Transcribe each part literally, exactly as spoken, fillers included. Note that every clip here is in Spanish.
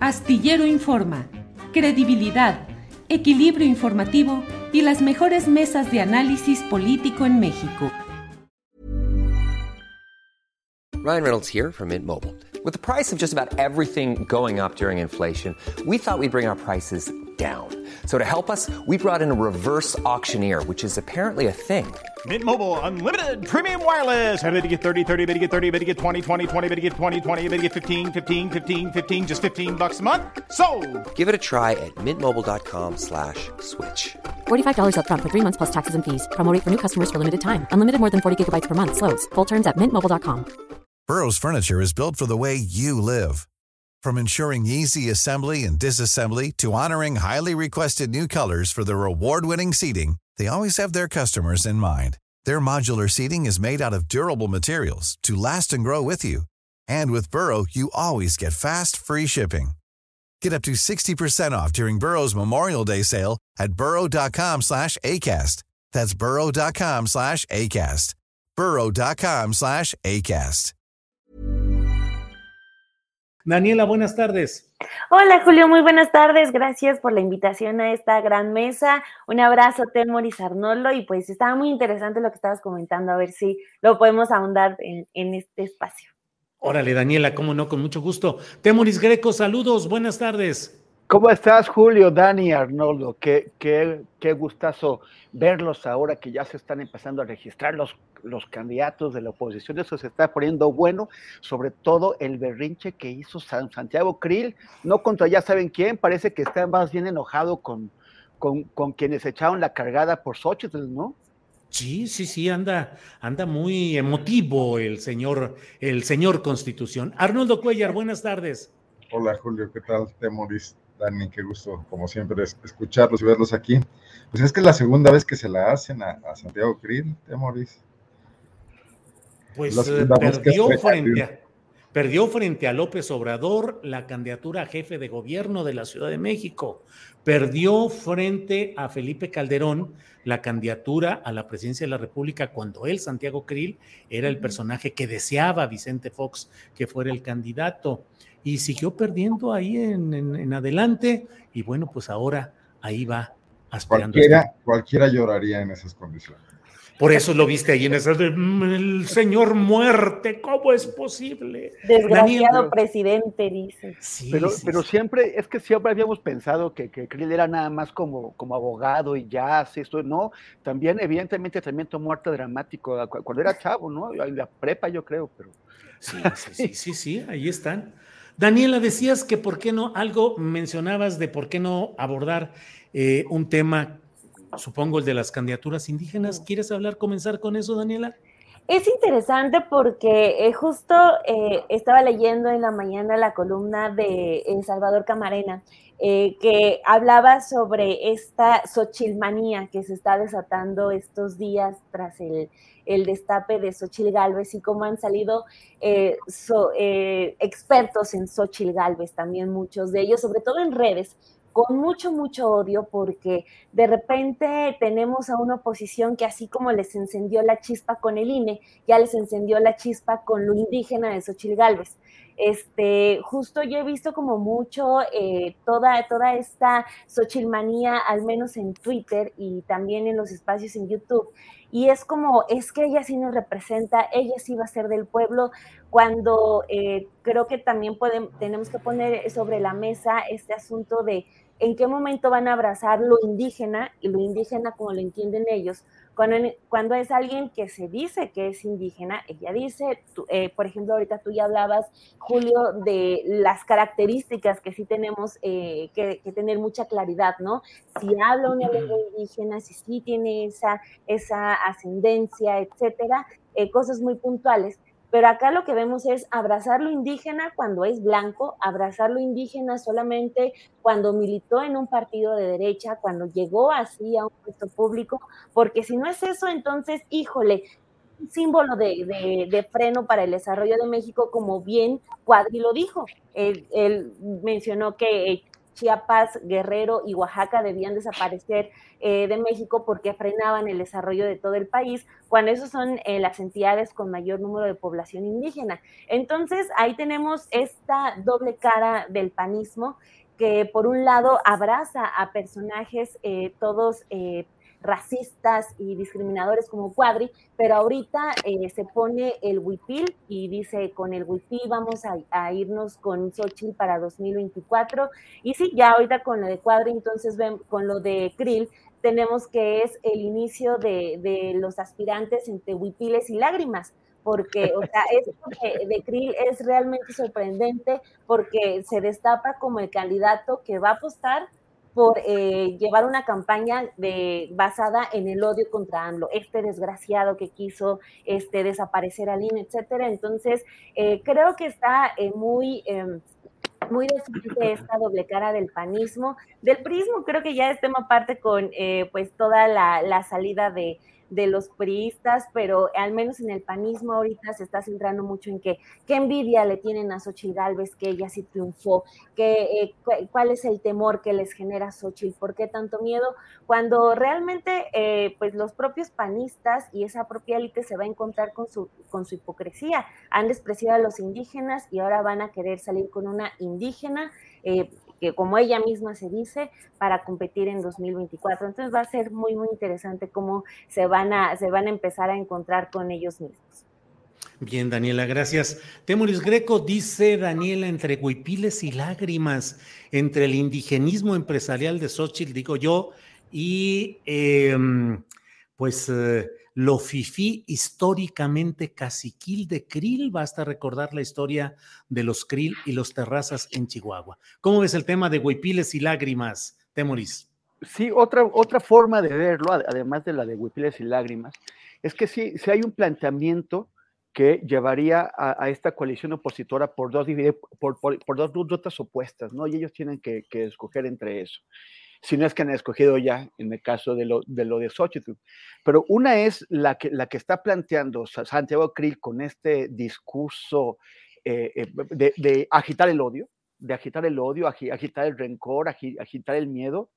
Astillero Informa, credibilidad, equilibrio informativo y las mejores mesas de análisis político en México. Ryan Reynolds here from Mint Mobile. With the price of just about everything going up during inflation, we thought we'd bring our prices down. So to help us, we brought in a reverse auctioneer, which is apparently a thing. Mint Mobile Unlimited Premium Wireless. How to get thirty, thirty, how to get thirty, how to get twenty, twenty, twenty, how to get twenty, twenty, how to get fifteen, fifteen, fifteen, fifteen, just fifteen bucks a month? Sold! Give it a try at mintmobile.com slash switch. forty-five dollars up front for three months plus taxes and fees. Promo rate for new customers for limited time. Unlimited more than forty gigabytes per month. Slows full terms at mint mobile dot com. Burrow's furniture is built for the way you live. From ensuring easy assembly and disassembly to honoring highly requested new colors for their award-winning seating, they always have their customers in mind. Their modular seating is made out of durable materials to last and grow with you. And with Burrow, you always get fast, free shipping. Get up to sixty percent off during Burrow's Memorial Day sale at burrow.com slash ACAST. That's burrow.com slash ACAST. burrow.com slash ACAST. Daniela, buenas tardes. Hola Julio, muy buenas tardes, gracias por la invitación a esta gran mesa, un abrazo Temoris Arnoldo y pues estaba muy interesante lo que estabas comentando, a ver si lo podemos ahondar en, en este espacio. Órale Daniela, cómo no, con mucho gusto. Temoris Greco, saludos, buenas tardes. ¿Cómo estás, Julio, Dani, Arnoldo? Qué, qué, qué gustazo verlos ahora que ya se están empezando a registrar los, los candidatos de la oposición. Eso se está poniendo bueno, sobre todo el berrinche que hizo San, Santiago Krill, no contra ya saben quién, parece que está más bien enojado con, con, con quienes echaron la cargada por Xóchitl, ¿no? Sí, sí, sí, anda, anda muy emotivo el señor, el señor Constitución. Arnoldo Cuellar, buenas tardes. Hola, Julio, ¿qué tal? Temoris, Dani, qué gusto, como siempre, escucharlos y verlos aquí. Pues es que es la segunda vez que se la hacen a, a Santiago Krill, Temoris. Pues eh, perdió frente a, perdió frente a López Obrador la candidatura a jefe de gobierno de la Ciudad de México. Perdió frente a Felipe Calderón la candidatura a la presidencia de la República cuando él, Santiago Krill, era el personaje que deseaba Vicente Fox que fuera el candidato. Y siguió perdiendo ahí en, en, en adelante, y bueno, pues ahora ahí va aspirando. Cualquiera, este... cualquiera lloraría en esas condiciones. Por eso lo viste ahí en ese de, el señor muerte, ¿cómo es posible? Desgraciado Daniel, presidente, dice. Sí, pero, sí, pero sí. siempre, es que siempre habíamos pensado que, que Krill era nada más como, como abogado y ya, así esto, no, también evidentemente también tomó arte dramático cuando era chavo, ¿no? En la prepa yo creo, pero... Sí, sí, sí, sí, sí, ahí están. Daniela, decías que por qué no, algo mencionabas de por qué no abordar eh, un tema, supongo el de las candidaturas indígenas. ¿Quieres hablar, comenzar con eso, Daniela? Es interesante porque eh, justo eh, estaba leyendo en la mañana la columna de eh, Salvador Camarena, eh, que hablaba sobre esta xochilmanía que se está desatando estos días tras el, el destape de Xóchitl Gálvez y cómo han salido eh, so, eh, expertos en Xóchitl Gálvez, también muchos de ellos, sobre todo en redes, con mucho, mucho odio, porque de repente tenemos a una oposición que así como les encendió la chispa con el I N E, ya les encendió la chispa con lo indígena de Xóchitl Gálvez. Este, justo yo he visto como mucho eh, toda, toda esta xochilmanía, al menos en Twitter y también en los espacios en YouTube, y es como, es que ella sí nos representa, ella sí va a ser del pueblo, cuando eh, creo que también podemos, tenemos que poner sobre la mesa este asunto de en qué momento van a abrazar lo indígena, y lo indígena como lo entienden ellos, cuando, cuando es alguien que se dice que es indígena, ella dice, tú, eh, por ejemplo, ahorita tú ya hablabas, Julio, de las características que sí tenemos eh, que, que tener mucha claridad, ¿no? Si habla una lengua indígena, si sí tiene esa, esa ascendencia, etcétera, eh, cosas muy puntuales. Pero acá lo que vemos es abrazar lo indígena cuando es blanco, abrazar lo indígena solamente cuando militó en un partido de derecha, cuando llegó así a un puesto público, porque si no es eso, entonces, híjole, un símbolo de, de, de freno para el desarrollo de México, como bien Cuadri lo dijo. Él, él mencionó que Chiapas, Guerrero y Oaxaca debían desaparecer eh, de México porque frenaban el desarrollo de todo el país, cuando esos son eh, las entidades con mayor número de población indígena. Entonces, ahí tenemos esta doble cara del panismo, que por un lado abraza a personajes eh, todos eh, racistas y discriminadores como Cuadri, pero ahorita eh, se pone el huipil y dice, con el huipil vamos a, a irnos con Xochitl para dos mil veinticuatro, y sí, ya ahorita con lo de Cuadri, entonces ven, con lo de Krill, tenemos que es el inicio de, de los aspirantes entre huipiles y lágrimas, porque, o sea, esto de, de Krill es realmente sorprendente, porque se destapa como el candidato que va a apostar por eh, llevar una campaña de, basada en el odio contra AMLO, este desgraciado que quiso este, desaparecer al I N E, etcétera. Entonces, eh, creo que está eh, muy... Eh, muy decidente esta doble cara del panismo, del prismo, creo que ya es tema aparte con eh, pues toda la, la salida de, de los priistas, pero al menos en el panismo ahorita se está centrando mucho en que qué envidia le tienen a Xochitl Gálvez, que ella sí triunfó, que, eh, cu- cuál es el temor que les genera Xochitl, por qué tanto miedo, cuando realmente eh, pues los propios panistas y esa propia élite se va a encontrar con su, con su hipocresía. Han despreciado a los indígenas y ahora van a querer salir con una indígena, eh, que como ella misma se dice, para competir en dos mil veinticuatro. Entonces va a ser muy, muy interesante cómo se van a, se van a empezar a encontrar con ellos mismos. Bien, Daniela, gracias. Temoris Greco dice, Daniela, entre huipiles y lágrimas, entre el indigenismo empresarial de Xochitl, digo yo, y eh, pues eh, lo fifí históricamente caciquil de Krill, basta recordar la historia de los Krill y los Terrazas en Chihuahua. ¿Cómo ves el tema de huipiles y lágrimas, Temoris? Sí, otra, otra forma de verlo, además de la de huipiles y lágrimas, es que sí, sí hay un planteamiento que llevaría a, a esta coalición opositora por dos, por, por, por dos rutas opuestas, ¿no? Y ellos tienen que, que escoger entre eso. Si no es que han escogido ya en el caso de lo de, lo de Xochitl. Pero una es la que, la que está planteando Santiago Krill con este discurso eh, de, de agitar el odio, de agitar el odio, agitar el rencor, agitar el miedo,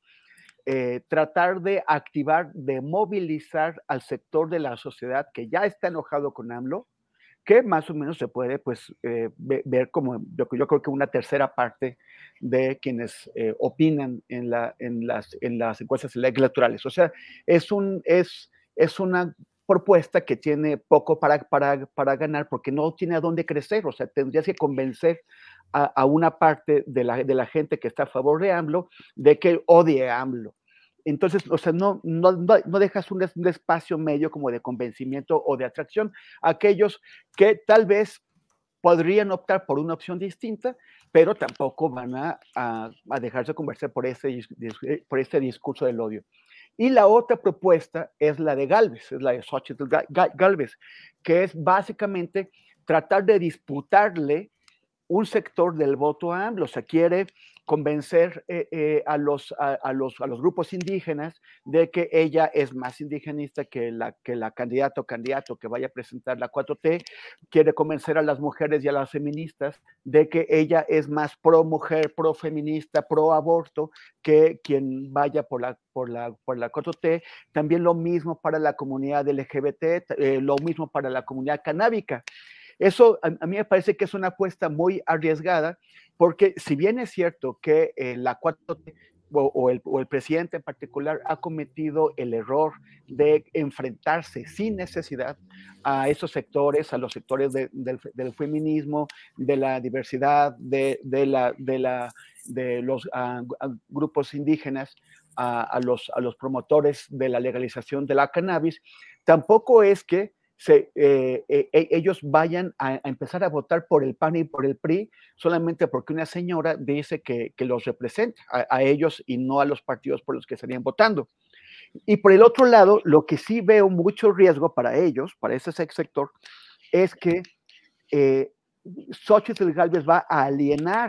eh, tratar de activar, de movilizar al sector de la sociedad que ya está enojado con AMLO, que más o menos se puede pues eh, ver como yo, yo creo que una tercera parte de quienes eh, opinan en, la, en, las, en las encuestas electorales. O sea, es, un, es, es una propuesta que tiene poco para, para, para ganar porque no tiene a dónde crecer. O sea, tendrías que convencer a, a una parte de la, de la gente que está a favor de AMLO de que odie a AMLO. Entonces, o sea, no, no, no dejas un, un espacio medio como de convencimiento o de atracción a aquellos que tal vez podrían optar por una opción distinta, pero tampoco van a, a, a dejarse convencer por ese, por ese discurso del odio. Y la otra propuesta es la de Gálvez, es la de Xochitl Gálvez, que es básicamente tratar de disputarle un sector del voto a AMLO. O sea, quiere convencer eh, eh, a, los, a, a, los, a los grupos indígenas de que ella es más indigenista que la, que la candidata o candidato que vaya a presentar la cuatro T, quiere convencer a las mujeres y a las feministas de que ella es más pro mujer, pro feminista, pro aborto que quien vaya por la, por la, por la cuatro T. También lo mismo para la comunidad L G B T, eh, lo mismo para la comunidad canábica. Eso a, a mí me parece que es una apuesta muy arriesgada, porque si bien es cierto que eh, la cuatro T o, o, el, o el presidente en particular ha cometido el error de enfrentarse sin necesidad a esos sectores, a los sectores de, del, del feminismo, de la diversidad, de, de, la, de, la, de los uh, grupos indígenas, a, a, los, a los promotores de la legalización de la cannabis, tampoco es que Se, eh, eh, ellos vayan a, a empezar a votar por el P A N y por el P R I solamente porque una señora dice que, que los representa a, a ellos y no a los partidos por los que estarían votando. Y por el otro lado, lo que sí veo mucho riesgo para ellos, para ese sector, es que eh, Xochitl Gálvez va a alienar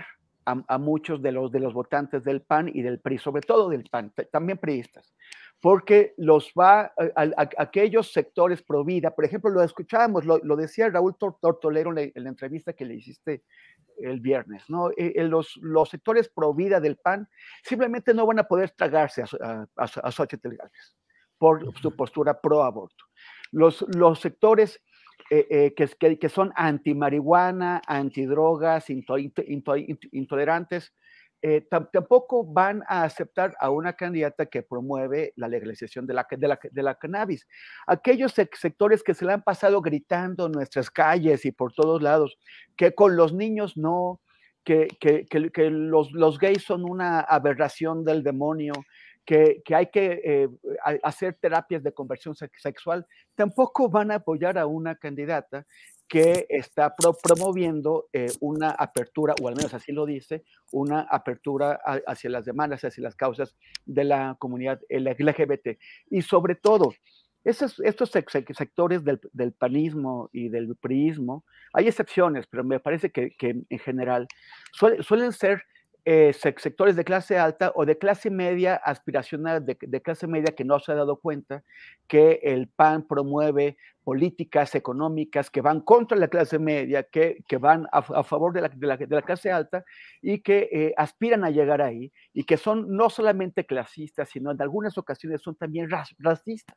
a, a muchos de los, de los votantes del P A N y del P R I, sobre todo del P A N, también priistas, porque los va a, a, a aquellos sectores pro vida, por ejemplo, lo escuchábamos, lo, lo decía Raúl Tortolero en la, en la entrevista que le hiciste el viernes, ¿no? Eh, los, los sectores pro vida del P A N simplemente no van a poder tragarse a, a, a, a Xóchitl Gálvez por su postura pro aborto. Los, los sectores eh, eh, que, que, que son anti-marihuana, anti-drogas, into, into, into, intolerantes, eh, tampoco van a aceptar a una candidata que promueve la legalización de la, de la, de la cannabis. Aquellos sectores que se le han pasado gritando en nuestras calles y por todos lados, que con los niños no, que, que, que, que los, los gays son una aberración del demonio, Que, que hay que eh, hacer terapias de conversión sexual, tampoco van a apoyar a una candidata que está pro promoviendo eh, una apertura, o al menos así lo dice, una apertura a, hacia las demandas, hacia las causas de la comunidad L G B T. Y sobre todo, esos, estos sectores del, del panismo y del priismo, hay excepciones, pero me parece que, que en general suele, suelen ser Eh, sectores de clase alta o de clase media aspiracional, de, de clase media que no se ha dado cuenta que el P A N promueve políticas económicas que van contra la clase media, que, que van a, a favor de la, de, la, de la clase alta y que eh, aspiran a llegar ahí y que son no solamente clasistas, sino en algunas ocasiones son también racistas.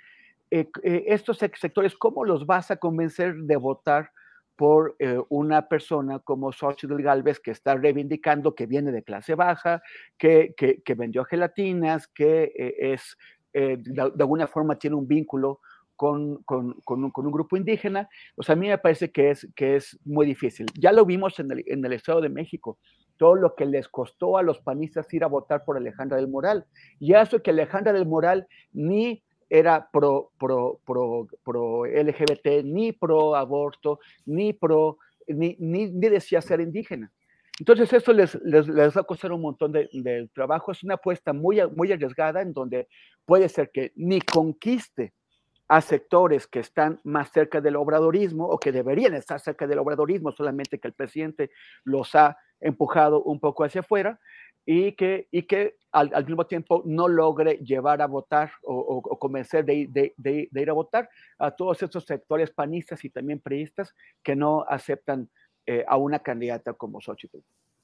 Eh, eh, estos sectores, ¿cómo los vas a convencer de votar por eh, una persona como Xóchitl Gálvez, que está reivindicando que viene de clase baja, que, que, que vendió gelatinas, que eh, es, eh, de, de alguna forma tiene un vínculo con, con, con, un, con un grupo indígena? O sea, a mí me parece que es, que es muy difícil. Ya lo vimos en el, en el Estado de México, todo lo que les costó a los panistas ir a votar por Alejandra del Moral. Y eso que Alejandra del Moral ni era pro, pro, pro, pro L G B T, ni pro aborto, ni pro, ni, ni, ni decía ser indígena. Entonces eso les, les, les va a costar un montón de, de trabajo. Es una apuesta muy, muy arriesgada en donde puede ser que ni conquiste a sectores que están más cerca del obradorismo o que deberían estar cerca del obradorismo, solamente que el presidente los ha empujado un poco hacia afuera, y que, y que al, al mismo tiempo no logre llevar a votar o, o, o convencer de, de, de, de ir a votar a todos estos sectores panistas y también priistas que no aceptan eh, a una candidata como Xóchitl.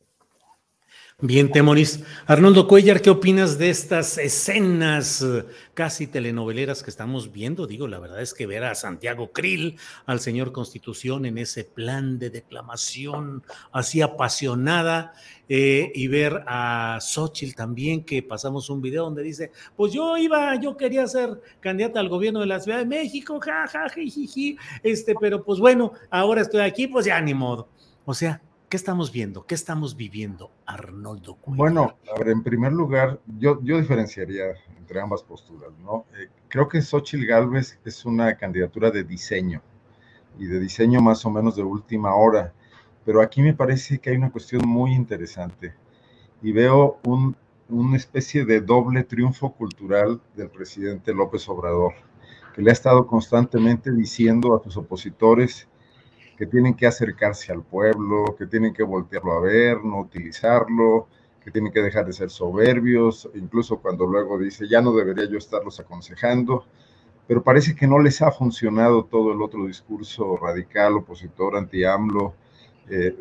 Bien, Temoris. Arnoldo Cuellar, ¿qué opinas de estas escenas casi telenoveleras que estamos viendo? Digo, la verdad es que ver a Santiago Krill, al señor Constitución, en ese plan de declamación así apasionada, eh, y ver a Xóchitl también, que pasamos un video donde dice, pues yo iba, yo quería ser candidata al gobierno de la Ciudad de México, ja, ja, jijiji, este, pero pues bueno, ahora estoy aquí, pues ya ni modo. O sea, ¿qué estamos viendo? ¿Qué estamos viviendo, Arnoldo Cuellar? Bueno, a ver, en primer lugar, yo, yo diferenciaría entre ambas posturas, ¿no? Eh, creo que Xóchitl Gálvez es una candidatura de diseño, y de diseño más o menos de última hora, pero aquí me parece que hay una cuestión muy interesante, y veo un, una especie de doble triunfo cultural del presidente López Obrador, que le ha estado constantemente diciendo a sus opositores que tienen que acercarse al pueblo, que tienen que voltearlo a ver, no utilizarlo, que tienen que dejar de ser soberbios, incluso cuando luego dice, ya no debería yo estarlos aconsejando, pero parece que no les ha funcionado todo el otro discurso radical, opositor, anti-AMLO, eh,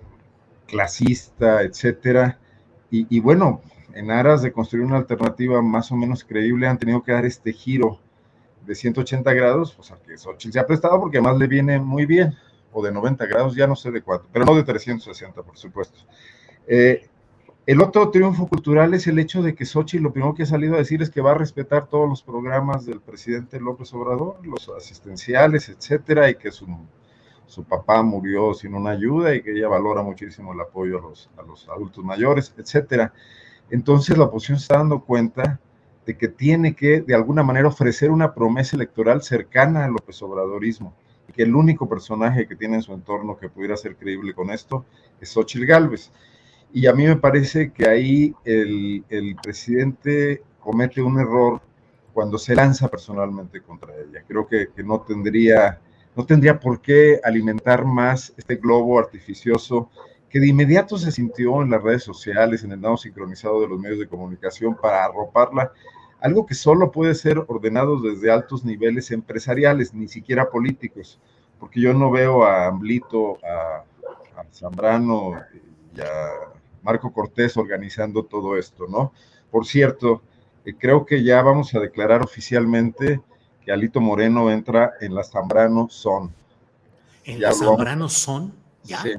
clasista, etcétera, y, y bueno, en aras de construir una alternativa más o menos creíble, han tenido que dar este giro de ciento ochenta grados, pues a que Xóchitl se ha prestado porque además le viene muy bien, o de noventa grados, ya no sé de cuánto, pero no de trescientos sesenta, por supuesto. Eh, el otro triunfo cultural es el hecho de que Xóchitl lo primero que ha salido a decir es que va a respetar todos los programas del presidente López Obrador, los asistenciales, etcétera, y que su, su papá murió sin una ayuda y que ella valora muchísimo el apoyo a los, a los adultos mayores, etcétera. Entonces la oposición se está dando cuenta de que tiene que, de alguna manera, ofrecer una promesa electoral cercana al López Obradorismo, que el único personaje que tiene en su entorno que pudiera ser creíble con esto es Xóchitl Gálvez. Y a mí me parece que ahí el, el presidente comete un error cuando se lanza personalmente contra ella. Creo que, que no tendría, no tendría por qué alimentar más este globo artificioso que de inmediato se sintió en las redes sociales, en el nado sincronizado de los medios de comunicación para arroparla, algo que solo puede ser ordenado desde altos niveles empresariales, ni siquiera políticos, porque yo no veo a Amblito, a, a Zambrano y a Marco Cortés organizando todo esto, ¿no? Por cierto, eh, creo que ya vamos a declarar oficialmente que Alito Moreno entra en la Zambrano Zone. ¿En la Zambrano Zone? ¿Ya? Sí.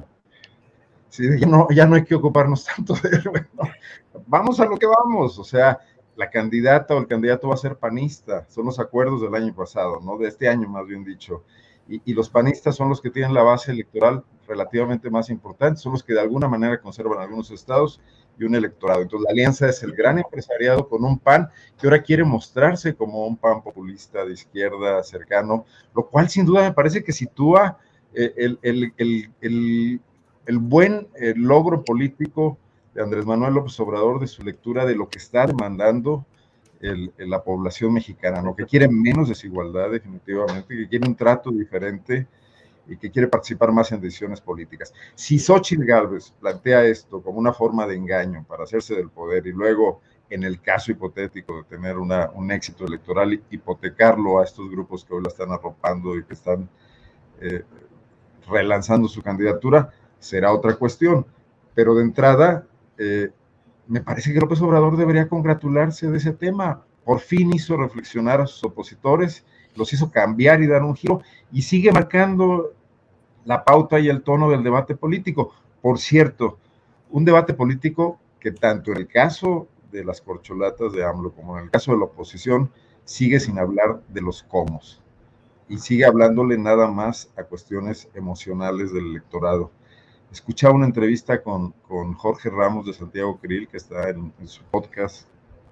Sí, ya no, ya no hay que ocuparnos tanto de él. Bueno, vamos a lo que vamos, o sea, la candidata o el candidato va a ser panista, son los acuerdos del año pasado, ¿no? De este año más bien dicho, y, y los panistas son los que tienen la base electoral relativamente más importante, son los que de alguna manera conservan algunos estados y un electorado. Entonces la alianza es el gran empresariado con un P A N que ahora quiere mostrarse como un P A N populista de izquierda cercano, lo cual sin duda me parece que sitúa eh, el, el, el, el el buen eh, logro político de Andrés Manuel López Obrador, de su lectura de lo que está demandando el, el, la población mexicana, ¿no? Que quiere menos desigualdad definitivamente, que quiere un trato diferente y que quiere participar más en decisiones políticas. Si Xóchitl Gálvez plantea esto como una forma de engaño para hacerse del poder y luego, en el caso hipotético de tener una, un éxito electoral, hipotecarlo a estos grupos que hoy la están arropando y que están eh, relanzando su candidatura, será otra cuestión, pero de entrada, eh, me parece que López Obrador debería congratularse de ese tema. Por fin hizo reflexionar a sus opositores, los hizo cambiar y dar un giro, y sigue marcando la pauta y el tono del debate político. Por cierto, un debate político que tanto en el caso de las corcholatas de AMLO como en el caso de la oposición, sigue sin hablar de los cómo, y sigue hablándole nada más a cuestiones emocionales del electorado. Escuchaba una entrevista con, con Jorge Ramos de Santiago Krill, que está en, en su podcast,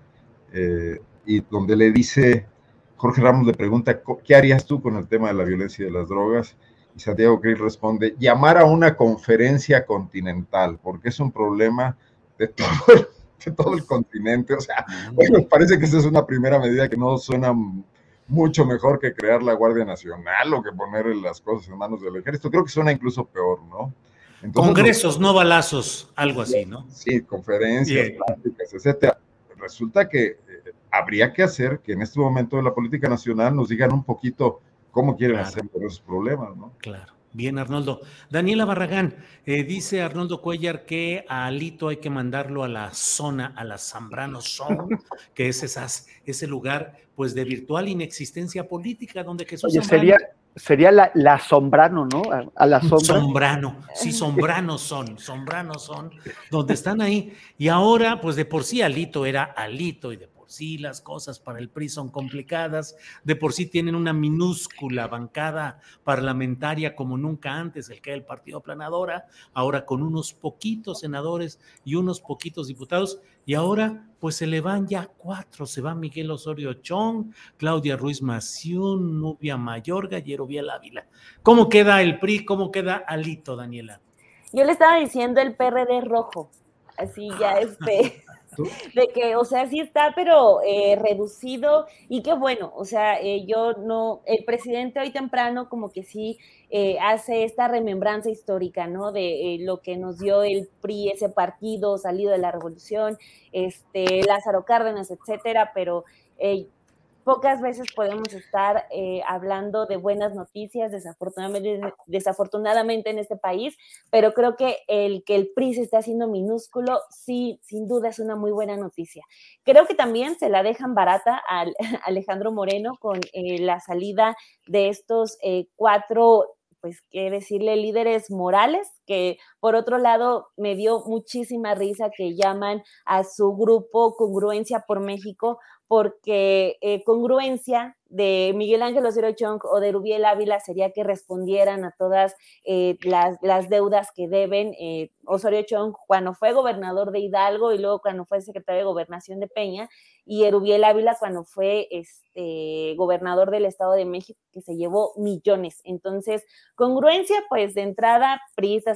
eh, y donde le dice, Jorge Ramos le pregunta, ¿qué harías tú con el tema de la violencia y de las drogas? Y Santiago Krill responde, llamar a una conferencia continental, porque es un problema de todo el, de todo el continente. O sea, bueno, parece que esa es una primera medida que no suena mucho mejor que crear la Guardia Nacional o que poner las cosas en manos del ejército. Creo que suena incluso peor, ¿no? Entonces, Congresos, no balazos, algo así, ¿no? Sí, conferencias, Bien. pláticas, etcétera. Resulta que eh, habría que hacer que en este momento de la política nacional nos digan un poquito cómo quieren claro. hacer por esos problemas, ¿no? Claro. Bien, Arnoldo. Daniela Barragán, eh, dice Arnoldo Cuellar que a Alito hay que mandarlo a la zona, a la Zambrano Zone, que es esas, ese lugar pues de virtual inexistencia política donde Jesús Oye, Zambrano... sería... Sería la, la Sombrano, ¿no? A, a la sombra. Sombrano, sí, Sombranos son, Sombranos son, donde están ahí. Y ahora, pues de por sí Alito era Alito, y de por sí las cosas para el P R I son complicadas, de por sí tienen una minúscula bancada parlamentaria como nunca antes, el que era el Partido Planadora, ahora con unos poquitos senadores y unos poquitos diputados, y ahora pues se le van ya cuatro, se va Miguel Osorio Chong, Claudia Ruiz Massieu, Nubia Mayorga y Erubiel Ávila. ¿Cómo queda el P R I? ¿Cómo queda Alito, Daniela? Yo le estaba diciendo el P R D rojo, así ya este... de que, o sea, sí está, pero eh, reducido, y qué bueno, o sea, eh, yo no, el presidente hoy temprano como que sí eh, hace esta remembranza histórica, ¿no? De eh, lo que nos dio el P R I, ese partido salido de la revolución, este, Lázaro Cárdenas, etcétera, pero eh, pocas veces podemos estar eh, hablando de buenas noticias, desafortunadamente, desafortunadamente en este país, pero creo que el que el P R I se esté haciendo minúsculo, sí, sin duda es una muy buena noticia. Creo que también se la dejan barata a Alejandro Moreno con eh, la salida de estos eh, cuatro, pues, qué decirle, líderes morales, que por otro lado me dio muchísima risa que llaman a su grupo Congruencia por México, porque eh, congruencia de Miguel Ángel Osorio Chong o de Erubiel Ávila sería que respondieran a todas eh, las, las deudas que deben. Eh, Osorio Chong cuando fue gobernador de Hidalgo y luego cuando fue secretario de Gobernación de Peña, y Erubiel Ávila cuando fue este, gobernador del Estado de México, que se llevó millones. Entonces, congruencia, pues de entrada, priistas,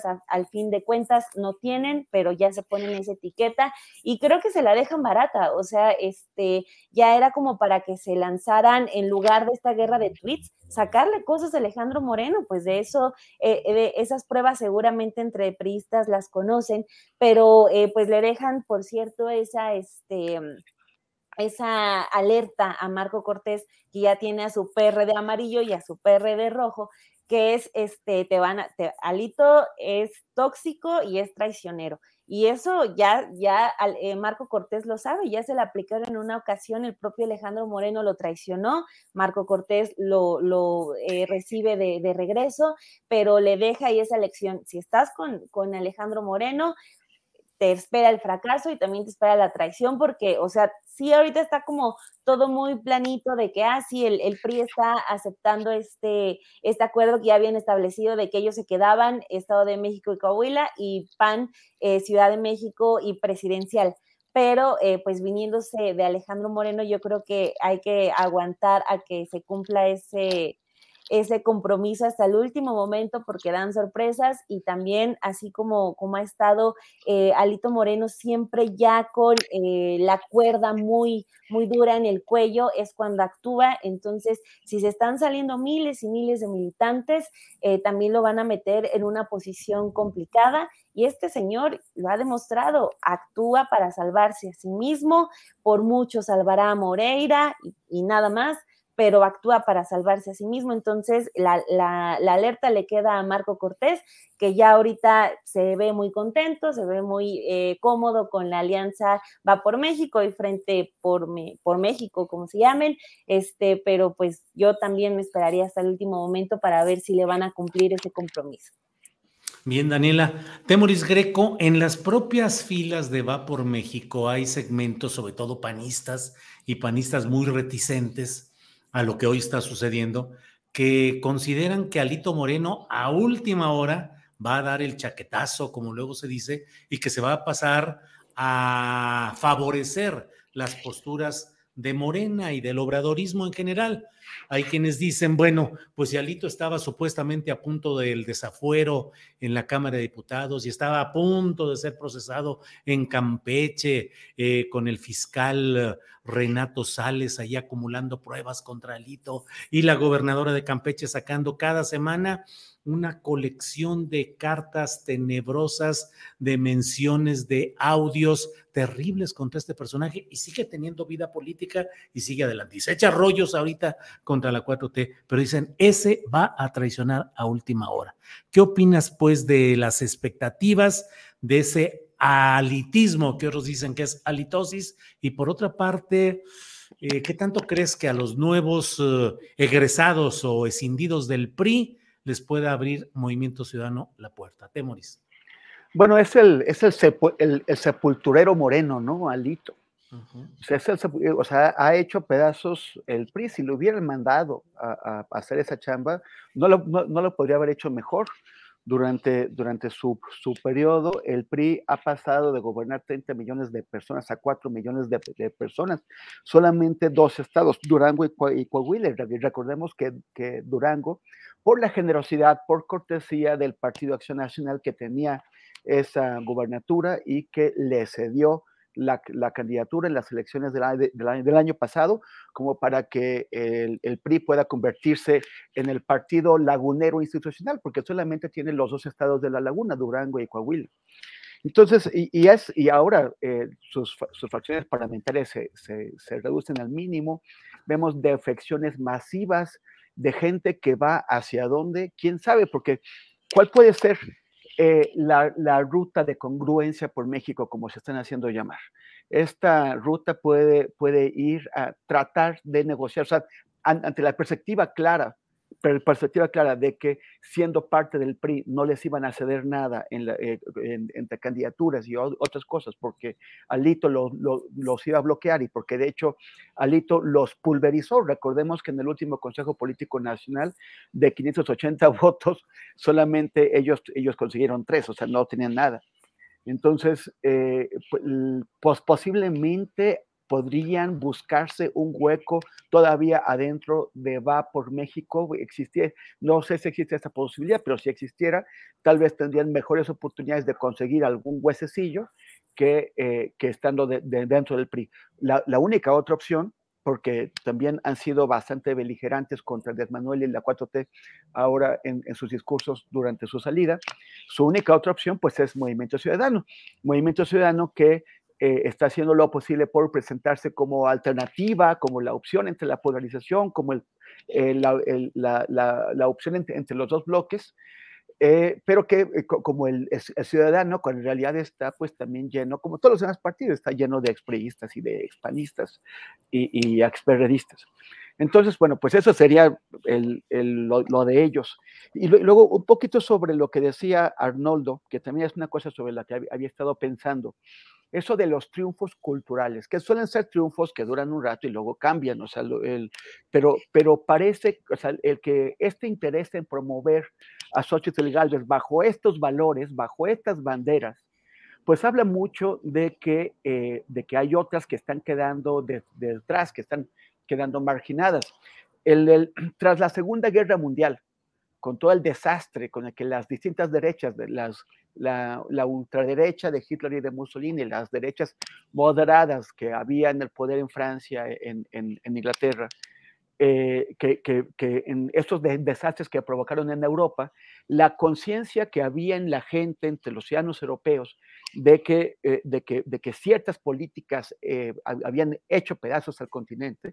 a, al fin de cuentas no tienen, pero ya se ponen esa etiqueta y creo que se la dejan barata, o sea, este, ya era como para que se lanzaran en lugar de esta guerra de tweets, sacarle cosas a Alejandro Moreno, pues de eso, eh, de esas pruebas seguramente entre priistas las conocen, pero eh, pues le dejan, por cierto, esa, este, esa alerta a Marco Cortés, que ya tiene a su P R de amarillo y a su P R de rojo, que es, este, te van a, te, Alito es tóxico y es traicionero. Y eso ya, ya eh, Marco Cortés lo sabe, ya se le aplicaron en una ocasión, el propio Alejandro Moreno lo traicionó, Marco Cortés lo, lo eh, recibe de, de regreso, pero le deja ahí esa lección. Si estás con, con Alejandro Moreno, te espera el fracaso y también te espera la traición, porque, o sea, sí, ahorita está como todo muy planito de que, ah, sí, el, el P R I está aceptando este, este acuerdo que ya habían establecido de que ellos se quedaban, Estado de México y Coahuila, y P A N, eh, Ciudad de México y presidencial. Pero, eh, pues, viniéndose de Alejandro Moreno, yo creo que hay que aguantar a que se cumpla ese... ese compromiso hasta el último momento porque dan sorpresas y también así como, como ha estado eh, Alito Moreno siempre ya con eh, la cuerda muy, muy dura en el cuello es cuando actúa, entonces si se están saliendo miles y miles de militantes eh, también lo van a meter en una posición complicada y este señor lo ha demostrado, actúa para salvarse a sí mismo, por mucho salvará a Moreira y, y nada más, pero actúa para salvarse a sí mismo, entonces la, la, la alerta le queda a Marco Cortés, que ya ahorita se ve muy contento, se ve muy eh, cómodo con la alianza Va por México y Frente por, me, por México, como se llamen, este, pero pues yo también me esperaría hasta el último momento para ver si le van a cumplir ese compromiso. Bien, Daniela. Temoris Greco, en las propias filas de Va por México hay segmentos, sobre todo panistas y panistas muy reticentes a lo que hoy está sucediendo, que consideran que Alito Moreno a última hora va a dar el chaquetazo, como luego se dice, y que se va a pasar a favorecer las posturas de Morena y del obradorismo en general. Hay quienes dicen, bueno, pues si Alito estaba supuestamente a punto del desafuero en la Cámara de Diputados y estaba a punto de ser procesado en Campeche eh, con el fiscal Renato Sales ahí acumulando pruebas contra Alito y la gobernadora de Campeche sacando cada semana una colección de cartas tenebrosas, de menciones, de audios terribles contra este personaje y sigue teniendo vida política y sigue adelante. Y se echa rollos ahorita contra la cuatro T, pero dicen, ese va a traicionar a última hora. ¿Qué opinas, pues, de las expectativas de ese alitismo que otros dicen que es alitosis? Y por otra parte, eh, ¿qué tanto crees que a los nuevos eh, egresados o escindidos del P R I les pueda abrir Movimiento Ciudadano la puerta? Temoris. Bueno, es el, es el, sepu, el, el sepulturero Moreno, ¿no? Alito. Uh-huh. O, sea, es el, o sea, ha hecho pedazos el P R I. Si lo hubieran mandado a, a hacer esa chamba, no lo, no, no lo podría haber hecho mejor. Durante, durante su, su periodo, el P R I ha pasado de gobernar treinta millones de personas a cuatro millones de, de personas. Solamente dos estados, Durango y, y Coahuila. Recordemos que, que Durango, por la generosidad, por cortesía del Partido Acción Nacional que tenía esa gubernatura y que le cedió la, la candidatura en las elecciones del, de, del, del año pasado, como para que el, el P R I pueda convertirse en el partido lagunero institucional, porque solamente tiene los dos estados de la laguna, Durango y Coahuila. Entonces, y, y, es, y ahora eh, sus, sus fracciones parlamentarias se, se, se reducen al mínimo, vemos defecciones masivas de gente que va hacia dónde, quién sabe, porque ¿cuál puede ser Eh, la, la ruta de congruencia por México, como se están haciendo llamar? Esta ruta puede, puede ir a tratar de negociar, o sea, an, ante la perspectiva clara, perspectiva clara de que siendo parte del P R I no les iban a ceder nada en la, eh, en, entre candidaturas y o, otras cosas, porque Alito lo, lo, los iba a bloquear y porque de hecho Alito los pulverizó. Recordemos que en el último Consejo Político Nacional de quinientos ochenta votos, solamente ellos, ellos consiguieron tres, o sea, no tenían nada. Entonces, eh, pues posiblemente podrían buscarse un hueco todavía adentro de Va por México. Existía, no sé si existe esa posibilidad, pero si existiera, tal vez tendrían mejores oportunidades de conseguir algún huesecillo que, eh, que estando de, de dentro del P R I. La, la única otra opción, porque también han sido bastante beligerantes contra Andrés Manuel y la cuatro T ahora en, en sus discursos durante su salida, su única otra opción pues es Movimiento Ciudadano. Movimiento Ciudadano que eh, está haciendo lo posible por presentarse como alternativa, como la opción entre la polarización, como el, eh, la, el, la, la, la opción entre, entre los dos bloques, Eh, pero que eh, como el, el Ciudadano, cuando en realidad está pues también lleno, como todos los demás partidos, está lleno de expriistas y de expanistas y, y experredistas. Entonces, bueno, pues eso sería el, el, lo, lo de ellos. Y lo, luego un poquito sobre lo que decía Arnoldo, que también es una cosa sobre la que había, había estado pensando. Eso de los triunfos culturales, que suelen ser triunfos que duran un rato y luego cambian, o sea, el, pero, pero parece, o sea, el que este interés en promover a Xóchitl Gálvez bajo estos valores, bajo estas banderas, pues habla mucho de que, eh, de que hay otras que están quedando de, de detrás, que están quedando marginadas. El, el, tras la Segunda Guerra Mundial, con todo el desastre con el que las distintas derechas, de las, la, la ultraderecha de Hitler y de Mussolini, las derechas moderadas que había en el poder en Francia, en, en, en Inglaterra, eh, que, que, que en estos de, desastres que provocaron en Europa, la conciencia que había en la gente, entre los ciudadanos europeos, de que, eh, de que, de que ciertas políticas eh, habían hecho pedazos al continente,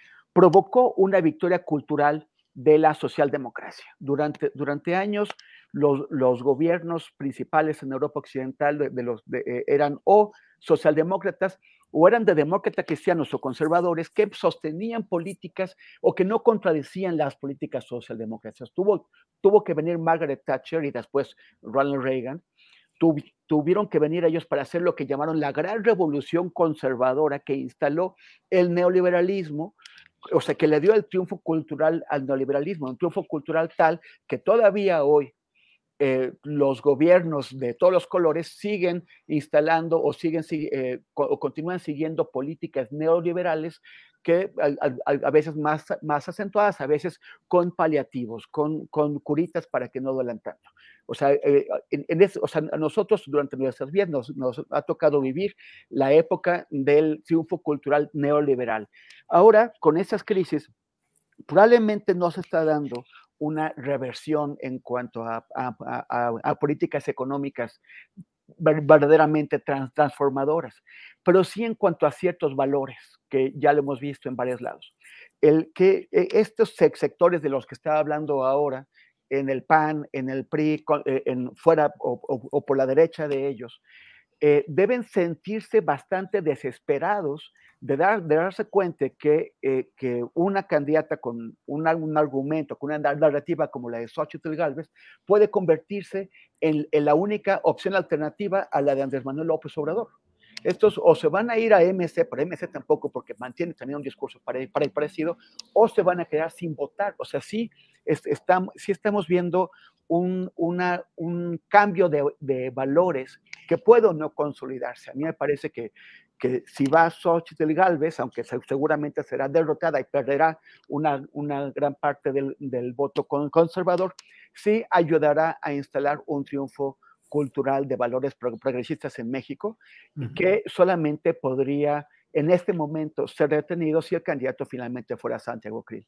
provocó una victoria cultural de la socialdemocracia. Durante, durante años, los, los gobiernos principales en Europa Occidental de, de los, de, eh, eran o socialdemócratas o eran de demócratas cristianos o conservadores que sostenían políticas o que no contradecían las políticas socialdemócratas. Tuvo, tuvo que venir Margaret Thatcher y después Ronald Reagan. Tu, tuvieron que venir ellos para hacer lo que llamaron la gran revolución conservadora que instaló el neoliberalismo, o sea, que le dio el triunfo cultural al neoliberalismo, un triunfo cultural tal que todavía hoy eh, los gobiernos de todos los colores siguen instalando o, siguen, eh, o continúan siguiendo políticas neoliberales que a, a, a veces más, más acentuadas, a veces con paliativos, con, con curitas para que no duelan tanto. O sea, eh, en, en eso, o sea, a nosotros durante nuestras vidas nos, nos ha tocado vivir la época del triunfo cultural neoliberal. Ahora, con esas crisis, probablemente no se está dando una reversión en cuanto a, a, a, a políticas económicas verdaderamente trans, transformadoras, pero sí en cuanto a ciertos valores que ya lo hemos visto en varios lados. El que estos sectores de los que estaba hablando ahora, en el P A N, en el P R I, en, fuera o, o, o por la derecha de ellos, eh, deben sentirse bastante desesperados de, dar, de darse cuenta que, eh, que una candidata con una, un argumento, con una narrativa como la de Xóchitl Gálvez, puede convertirse en, en la única opción alternativa a la de Andrés Manuel López Obrador. Estos o se van a ir a M C, pero M C tampoco, porque mantiene también un discurso para, para el parecido, o se van a quedar sin votar. O sea, sí, es, estamos, sí estamos viendo un, una, un cambio de, de valores que puede o no consolidarse. A mí me parece que, que si va Xóchitl Gálvez, aunque seguramente será derrotada y perderá una, una gran parte del, del voto conservador, sí ayudará a instalar un triunfo cultural de valores progresistas en México, uh-huh. que solamente podría en este momento ser detenido si el candidato finalmente fuera Santiago Krill.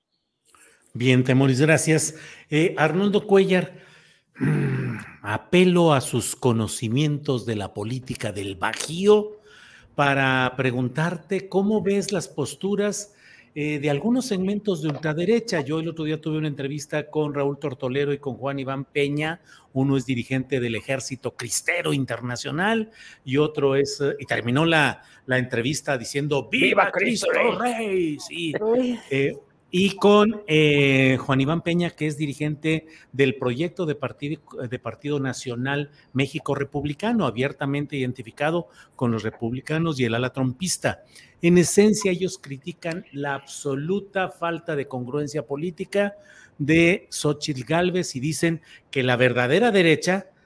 Bien, Temoris, gracias. Eh, Arnoldo Cuéllar, mmm, apelo a sus conocimientos de la política del Bajío para preguntarte cómo ves las posturas Eh, de algunos segmentos de ultraderecha. Yo el otro día tuve una entrevista con Raúl Tortolero y con Juan Iván Peña. Uno es dirigente del Ejército Cristero Internacional y otro es, y terminó la, la entrevista diciendo ¡Viva, ¡Viva Cristo Rey! Rey! Sí. Eh, y con eh, Juan Iván Peña, que es dirigente del proyecto de partido, de Partido Nacional México Republicano, abiertamente identificado con los republicanos y el ala trompista. En esencia, ellos critican la absoluta falta de congruencia política de Xóchitl Gálvez y dicen que la verdadera derecha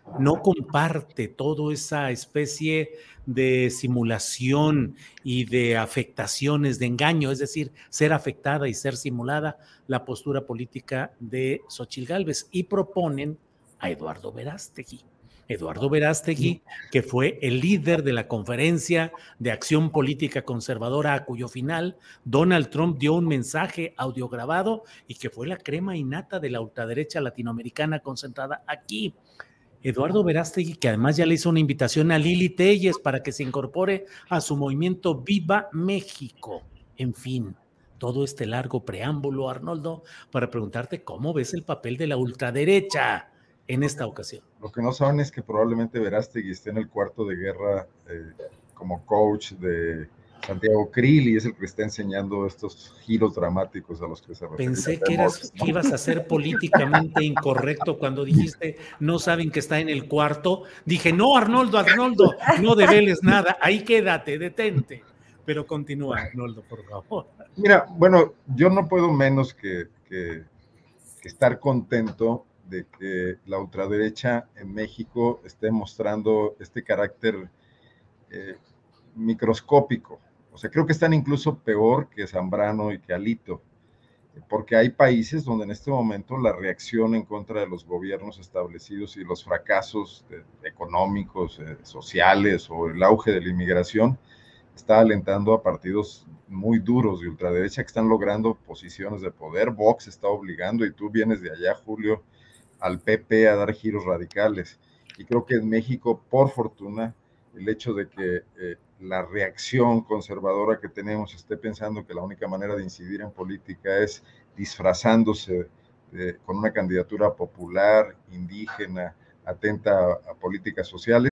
no comparte toda esa especie de simulación y de afectaciones, de engaño, es decir, ser afectada y ser simulada la postura política de Xóchitl Gálvez, y proponen a Eduardo Verástegui. Eduardo Verástegui, que fue el líder de la Conferencia de Acción Política Conservadora, a cuyo final Donald Trump dio un mensaje audiograbado y que fue la crema innata de la ultraderecha latinoamericana concentrada aquí. Eduardo Verástegui, que además ya le hizo una invitación a Lili Telles para que se incorpore a su movimiento Viva México. En fin, todo este largo preámbulo, Arnoldo, para preguntarte cómo ves el papel de la ultraderecha en esta ocasión. Lo que no saben es que probablemente Verástegui esté en el cuarto de guerra eh, como coach de Santiago Krill y es el que está enseñando estos giros dramáticos a los que se refiere. Pensé que, eras, que ibas a ser políticamente incorrecto cuando dijiste no saben que está en el cuarto. Dije, no, Arnoldo, Arnoldo, no develes nada, ahí quédate, detente. Pero continúa, Arnoldo, por favor. Mira, bueno, yo no puedo menos que, que, que estar contento de que la ultraderecha en México esté mostrando este carácter eh, microscópico. O sea, creo que están incluso peor que Zambrano y que Alito, porque hay países donde en este momento la reacción en contra de los gobiernos establecidos y los fracasos de, económicos, eh, sociales o el auge de la inmigración está alentando a partidos muy duros de ultraderecha que están logrando posiciones de poder. Vox está obligando, y tú vienes de allá, Julio, al P P a dar giros radicales. Y creo que en México, por fortuna, el hecho de que eh, la reacción conservadora que tenemos esté pensando que la única manera de incidir en política es disfrazándose de, con una candidatura popular, indígena, atenta a, a políticas sociales.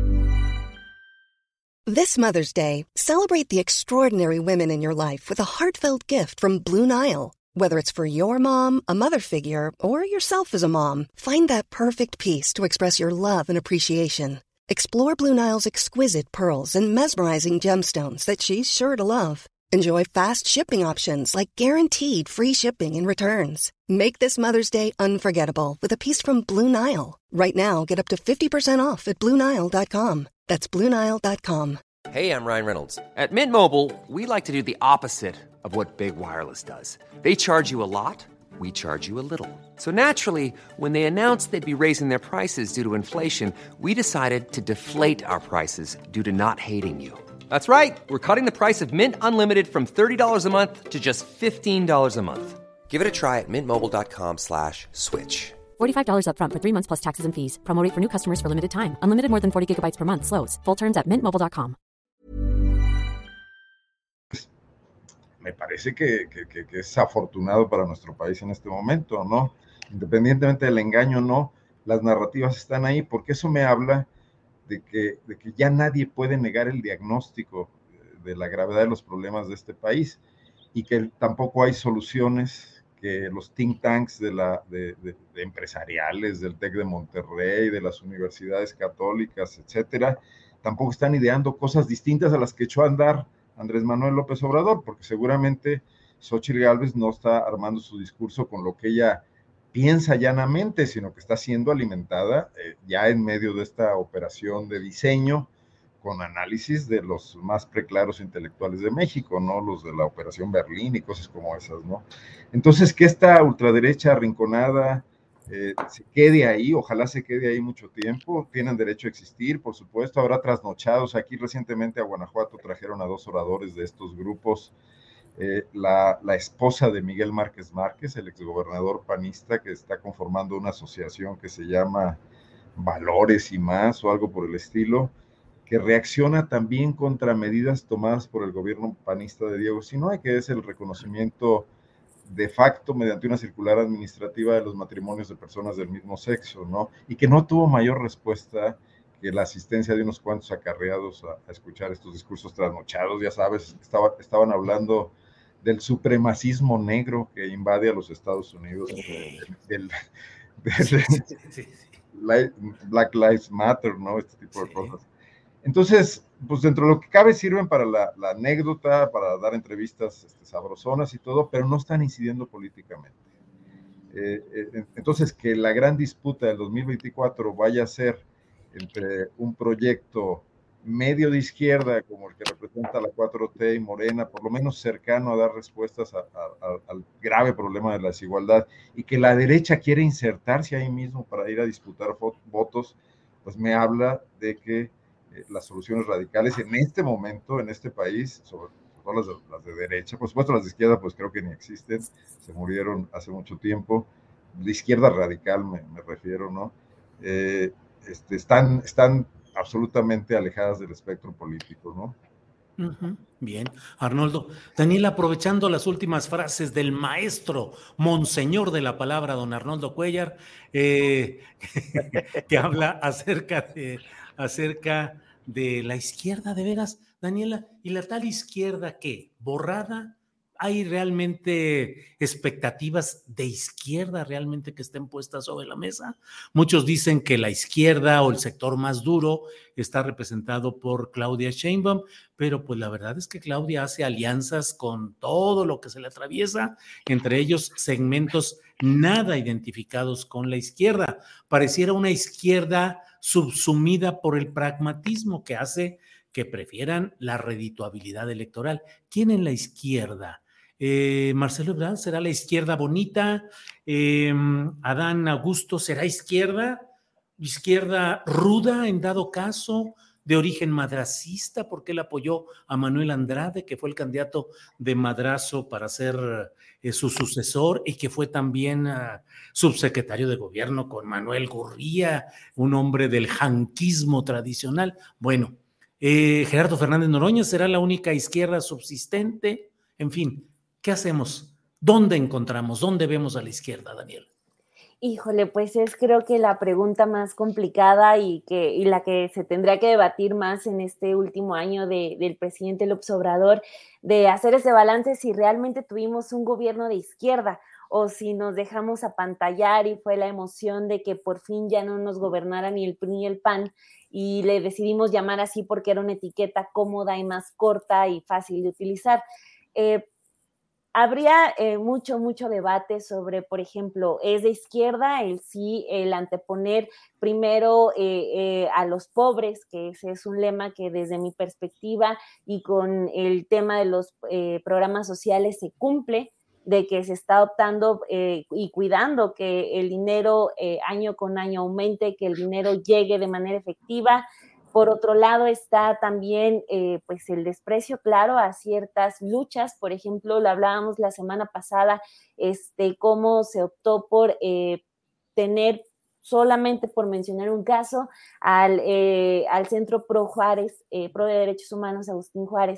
This Mother's Day, celebrate the extraordinary women in your life with a heartfelt gift from Blue Nile. Whether it's for your mom, a mother figure, or yourself as a mom, find that perfect piece to express your love and appreciation. Explore Blue Nile's exquisite pearls and mesmerizing gemstones that she's sure to love. Enjoy fast shipping options like guaranteed free shipping and returns. Make this Mother's Day unforgettable with a piece from Blue Nile. Right now, get up to fifty percent off at Blue Nile dot com. That's Blue Nile dot com. Hey, I'm Ryan Reynolds. At Mint Mobile, we like to do the opposite of what Big Wireless does. They charge you a lot, we charge you a little. So naturally, when they announced they'd be raising their prices due to inflation, we decided to deflate our prices due to not hating you. That's right. We're cutting the price of Mint Unlimited from thirty dollars a month to just fifteen dollars a month. Give it a try at mintmobile.com slash switch. forty-five dollars up front for three months plus taxes and fees. Promo rate for new customers for limited time. Unlimited more than forty gigabytes per month. Slows full terms at mint mobile dot com. Me parece que, que, que, que es afortunado para nuestro país en este momento, ¿no? Independientemente del engaño, no, las narrativas están ahí, porque eso me habla de que, de que ya nadie puede negar el diagnóstico de la gravedad de los problemas de este país y que tampoco hay soluciones, que los think tanks de la, de, de, de empresariales, del TEC de Monterrey, de las universidades católicas, etcétera, tampoco están ideando cosas distintas a las que echó a andar Andrés Manuel López Obrador, porque seguramente Xóchitl Gálvez no está armando su discurso con lo que ella piensa llanamente, sino que está siendo alimentada eh, ya en medio de esta operación de diseño con análisis de los más preclaros intelectuales de México, ¿no? Los de la Operación Berlín y cosas como esas, ¿no? Entonces, que esta ultraderecha arrinconada eh, se quede ahí, ojalá se quede ahí mucho tiempo, tienen derecho a existir, por supuesto, habrá trasnochados. Aquí recientemente a Guanajuato trajeron a dos oradores de estos grupos, eh, la, la esposa de Miguel Márquez Márquez, el exgobernador panista, que está conformando una asociación que se llama Valores y Más, o algo por el estilo, que reacciona también contra medidas tomadas por el gobierno panista de Diego Sinoe, que es el reconocimiento de facto mediante una circular administrativa de los matrimonios de personas del mismo sexo, ¿no? Y que no tuvo mayor respuesta que la asistencia de unos cuantos acarreados a, a escuchar estos discursos trasnochados. Ya sabes, estaba, estaban hablando del supremacismo negro que invade a los Estados Unidos, del, del, del, sí, sí, sí, sí. Black Lives Matter, ¿no? Este tipo de sí. cosas. Entonces, pues dentro de lo que cabe sirven para la, la anécdota, para dar entrevistas este, sabrosonas y todo, pero no están incidiendo políticamente. Eh, eh, entonces, que la gran disputa del dos mil veinticuatro vaya a ser entre un proyecto medio de izquierda, como el que representa la cuatro T y Morena, por lo menos cercano a dar respuestas a, a, a, al grave problema de la desigualdad, y que la derecha quiere insertarse ahí mismo para ir a disputar votos, pues me habla de que eh, las soluciones radicales en este momento, en este país, sobre todo las de, las de derecha, por supuesto las de izquierda, pues creo que ni existen, se murieron hace mucho tiempo, de izquierda radical me, me refiero, ¿no? Eh, este, están, están absolutamente alejadas del espectro político, ¿no? Uh-huh. Bien, Arnoldo. Daniel, aprovechando las últimas frases del maestro, monseñor de la palabra, don Arnoldo Cuellar, eh, que habla acerca de, acerca de la izquierda, de veras, Daniela, ¿y la tal izquierda qué? ¿Borrada? ¿Hay realmente expectativas de izquierda realmente que estén puestas sobre la mesa? Muchos dicen que la izquierda o el sector más duro está representado por Claudia Sheinbaum, pero pues la verdad es que Claudia hace alianzas con todo lo que se le atraviesa, entre ellos segmentos nada identificados con la izquierda. Pareciera una izquierda subsumida por el pragmatismo que hace que prefieran la redituabilidad electoral. ¿Quién en la izquierda? Eh, Marcelo Ebrard será la izquierda bonita, eh, Adán Augusto será izquierda, izquierda ruda en dado caso, de origen madracista, porque él apoyó a Manuel Andrade, que fue el candidato de Madrazo para ser eh, su sucesor y que fue también uh, subsecretario de gobierno con Manuel Gurría, un hombre del janquismo tradicional. Bueno, eh, Gerardo Fernández Noroña será la única izquierda subsistente. En fin, ¿qué hacemos? ¿Dónde encontramos? ¿Dónde vemos a la izquierda, Daniel? Híjole, pues es creo que la pregunta más complicada y, que, y la que se tendrá que debatir más en este último año de, del presidente López Obrador, de hacer ese balance si realmente tuvimos un gobierno de izquierda o si nos dejamos apantallar y fue la emoción de que por fin ya no nos gobernara ni el P R I ni el P A N y le decidimos llamar así porque era una etiqueta cómoda y más corta y fácil de utilizar. Eh, Habría eh, mucho, mucho debate sobre, por ejemplo, ¿es de izquierda el sí, el anteponer primero eh, eh, a los pobres, que ese es un lema que desde mi perspectiva y con el tema de los eh, programas sociales se cumple, de que se está optando eh, y cuidando que el dinero eh, año con año aumente, que el dinero llegue de manera efectiva? Por otro lado está también eh, pues el desprecio, claro, a ciertas luchas. Por ejemplo, lo hablábamos la semana pasada, este, cómo se optó por eh, tener, solamente por mencionar un caso, al, eh, al Centro Pro Juárez, eh, Pro de Derechos Humanos, Agustín Juárez,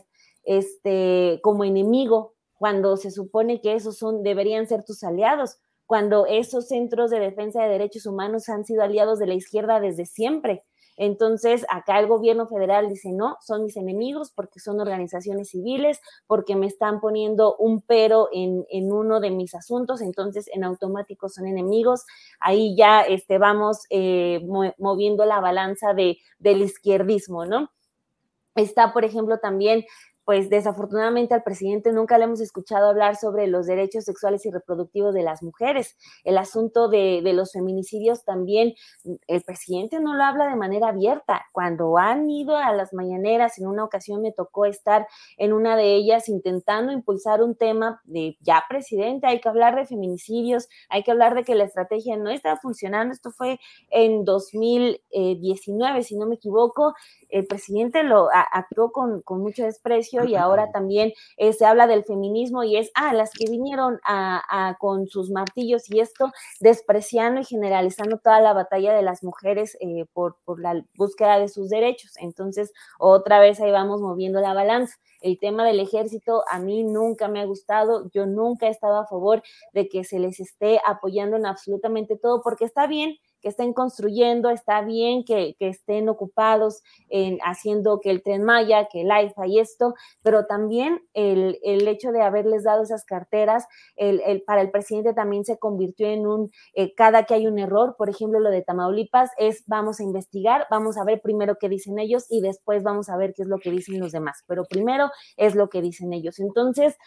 este, como enemigo, cuando se supone que esos son, deberían ser tus aliados, cuando esos centros de defensa de derechos humanos han sido aliados de la izquierda desde siempre. Entonces, acá el gobierno federal dice, no, son mis enemigos porque son organizaciones civiles, porque me están poniendo un pero en, en uno de mis asuntos, entonces en automático son enemigos. Ahí ya este, vamos eh, moviendo la balanza de, del izquierdismo, ¿no? Está, por ejemplo, también pues desafortunadamente al presidente nunca le hemos escuchado hablar sobre los derechos sexuales y reproductivos de las mujeres. El asunto de, de los feminicidios también, el presidente no lo habla de manera abierta. Cuando han ido a las mañaneras, en una ocasión me tocó estar en una de ellas intentando impulsar un tema de, ya presidente, hay que hablar de feminicidios, hay que hablar de que la estrategia no está funcionando. Esto fue en dos mil diecinueve, si no me equivoco. El presidente lo a, actuó con, con mucho desprecio y ahora también eh, se habla del feminismo y es, ah, las que vinieron a, a, con sus martillos y esto, despreciando y generalizando toda la batalla de las mujeres eh, por, por la búsqueda de sus derechos. Entonces, otra vez ahí vamos moviendo la balanza. El tema del ejército a mí nunca me ha gustado, yo nunca he estado a favor de que se les esté apoyando en absolutamente todo, porque está bien que estén construyendo, está bien que, que estén ocupados en haciendo que el Tren Maya, que el AIFA y esto, pero también el, el hecho de haberles dado esas carteras, el, el, para el presidente también se convirtió en un, eh, cada que hay un error, por ejemplo, lo de Tamaulipas, es vamos a investigar, vamos a ver primero qué dicen ellos y después vamos a ver qué es lo que dicen los demás, pero primero es lo que dicen ellos. Entonces,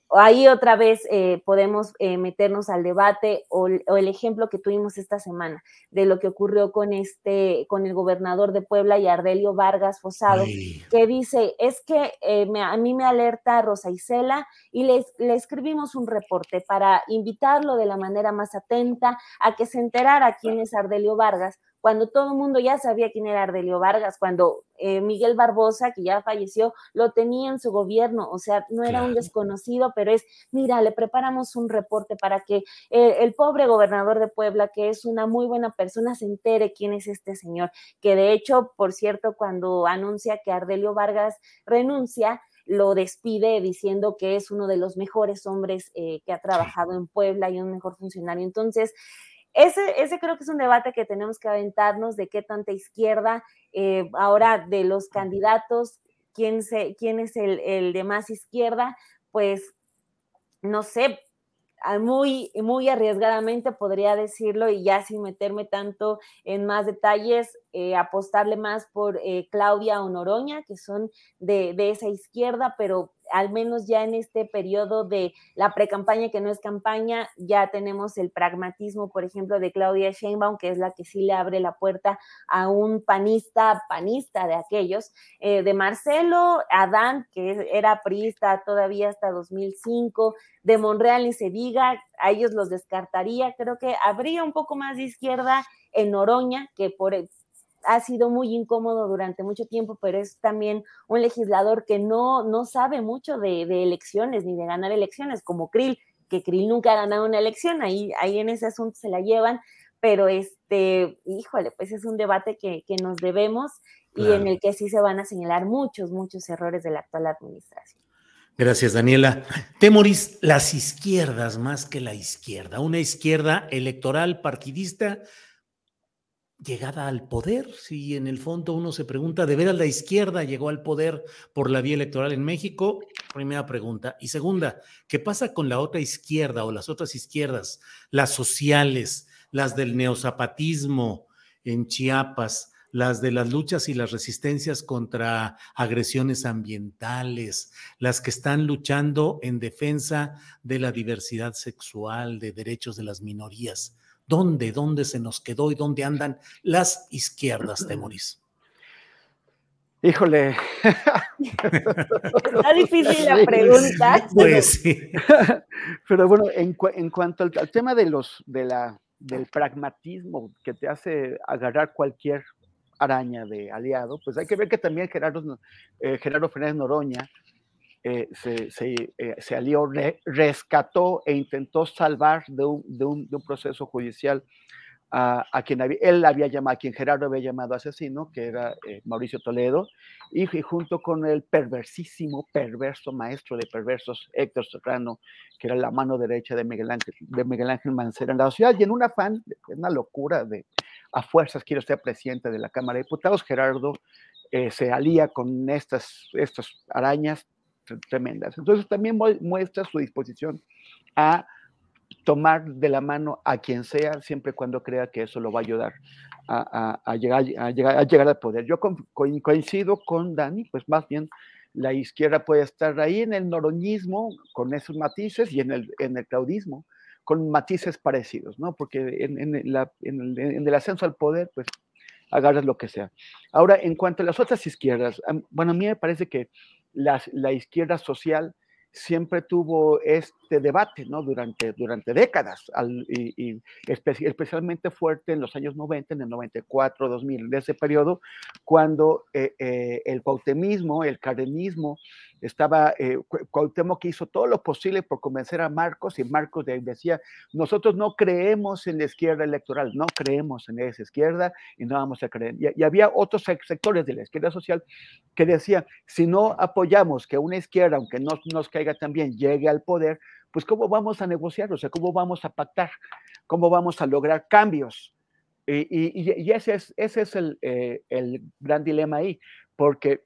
ahí otra vez eh, podemos eh, meternos al debate o, o el ejemplo que tuvimos esta semana de lo que ocurrió con este, con el gobernador de Puebla y Ardelio Vargas Fosado, Ay. que dice, es que eh, me, a mí me alerta Rosa Isela y le, le escribimos un reporte para invitarlo de la manera más atenta a que se enterara quién es Ardelio Vargas, cuando todo el mundo ya sabía quién era Ardelio Vargas, cuando eh, Miguel Barbosa, que ya falleció, lo tenía en su gobierno, o sea, no era claro. un desconocido, pero es, mira, le preparamos un reporte para que eh, el pobre gobernador de Puebla, que es una muy buena persona, se entere quién es este señor, que de hecho, por cierto, cuando anuncia que Ardelio Vargas renuncia, lo despide diciendo que es uno de los mejores hombres eh, que ha trabajado en Puebla y un mejor funcionario. Entonces, Ese, ese creo que es un debate que tenemos que aventarnos de qué tanta izquierda, eh, ahora de los candidatos, quién, se, quién es el, el de más izquierda, pues no sé, muy, muy arriesgadamente podría decirlo y ya sin meterme tanto en más detalles, eh, apostarle más por eh, Claudia o Noroña, que son de, de esa izquierda, pero al menos ya en este periodo de la precampaña que no es campaña, ya tenemos el pragmatismo, por ejemplo, de Claudia Sheinbaum, que es la que sí le abre la puerta a un panista, panista de aquellos, eh, de Marcelo Adán, que era priista todavía hasta dos mil cinco, de Monreal y se diga, a ellos los descartaría, creo que habría un poco más de izquierda en Noroña, que por ha sido muy incómodo durante mucho tiempo, pero es también un legislador que no, no sabe mucho de, de elecciones ni de ganar elecciones, como Krill, que Krill nunca ha ganado una elección, ahí, ahí en ese asunto se la llevan, pero este, híjole, pues es un debate que, que nos debemos claro. y en el que sí se van a señalar muchos, muchos errores de la actual administración. Gracias, Daniela. Temoris, las izquierdas más que la izquierda, una izquierda electoral partidista llegada al poder, si en el fondo uno se pregunta, ¿de veras la izquierda llegó al poder por la vía electoral en México? Primera pregunta. Y segunda, ¿qué pasa con la otra izquierda o las otras izquierdas, las sociales, las del neozapatismo en Chiapas, las de las luchas y las resistencias contra agresiones ambientales, las que están luchando en defensa de la diversidad sexual, de derechos de las minorías? ¿Dónde, dónde se nos quedó y dónde andan las izquierdas, Temoris? Híjole. Está difícil la pregunta. Pues sí. Pero bueno, en, cu en cuanto al, al tema de los, de la, del pragmatismo que te hace agarrar cualquier araña de aliado, pues hay que ver que también Gerardo, eh, Gerardo Fernández Noroña Eh, se, se, eh, se alió, re, rescató e intentó salvar de un, de un, de un proceso judicial a, a quien había, él había llamado, a quien Gerardo había llamado asesino, que era eh, Mauricio Toledo, y, y junto con el perversísimo, perverso maestro de perversos, Héctor Serrano, que era la mano derecha de Miguel Ángel, de Miguel Ángel Mancera en la ciudad, y en un afán, una locura de a fuerzas quiero ser presidente de la Cámara de Diputados, Gerardo eh, se alía con estas, estas arañas tremendas. Entonces también muestra su disposición a tomar de la mano a quien sea, siempre cuando crea que eso lo va a ayudar a, a, a, llegar, a, llegar, a llegar al poder. Yo co coincido con Dani, pues más bien la izquierda puede estar ahí en el noroñismo, con esos matices, y en el, en el claudismo, con matices parecidos, ¿no? Porque en, en, la, en, el, en el ascenso al poder, pues agarras lo que sea. Ahora, en cuanto a las otras izquierdas, bueno, a mí me parece que La, la izquierda social siempre tuvo este debate, ¿no? Durante, durante décadas, al, y, y espe especialmente fuerte en los años noventa, en el noventa y cuatro, dos mil, de ese periodo, cuando eh, eh, el cuauhtemismo, el cardenismo, estaba, eh, Cuauhtémoc hizo todo lo posible por convencer a Marcos, y Marcos decía, nosotros no creemos en la izquierda electoral, no creemos en esa izquierda y no vamos a creer. Y, y había otros sectores de la izquierda social que decían, si no apoyamos que una izquierda, aunque no nos caiga también, llegue al poder, pues ¿cómo vamos a negociar? O sea, ¿cómo vamos a pactar? ¿Cómo vamos a lograr cambios? Y, y, y ese es, ese es el, eh, el gran dilema ahí, porque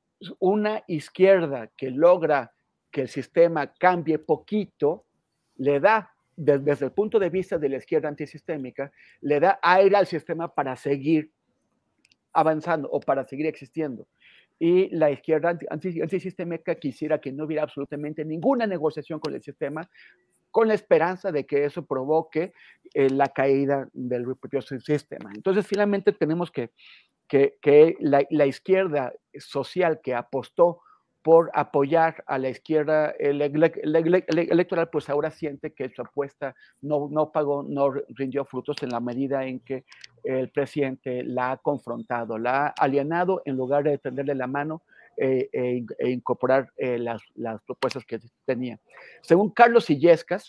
una izquierda que logra que el sistema cambie poquito, le da, desde, desde el punto de vista de la izquierda antisistémica, le da aire al sistema para seguir avanzando o para seguir existiendo. y la izquierda anti, antisistémica quisiera que no hubiera absolutamente ninguna negociación con el sistema, con la esperanza de que eso provoque eh, la caída del propio sistema. Entonces, finalmente tenemos que, que, que la, la izquierda social que apostó por apoyar a la izquierda ele, ele, ele, ele, electoral, pues ahora siente que su apuesta no, no pagó, no rindió frutos en la medida en que el presidente la ha confrontado, la ha alienado en lugar de tenderle la mano eh, e, e incorporar eh, las, las propuestas que tenía. Según Carlos Illescas,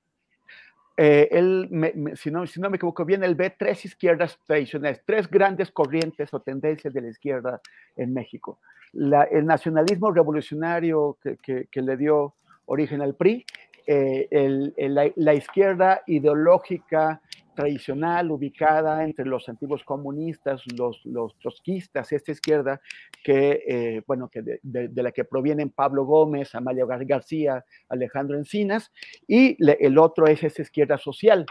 Eh, él, me, me, si, no, si no me equivoco bien, él ve tres izquierdas tradicionales, tres grandes corrientes o tendencias de la izquierda en México. La, el nacionalismo revolucionario que, que, que le dio origen al P R I, eh, el, el, la, la izquierda ideológica tradicional ubicada entre los antiguos comunistas, los, los trotskistas, esta izquierda que, eh, bueno, que de, de, de la que provienen Pablo Gómez, Amalia García, Alejandro Encinas, y le, el otro es esa izquierda social.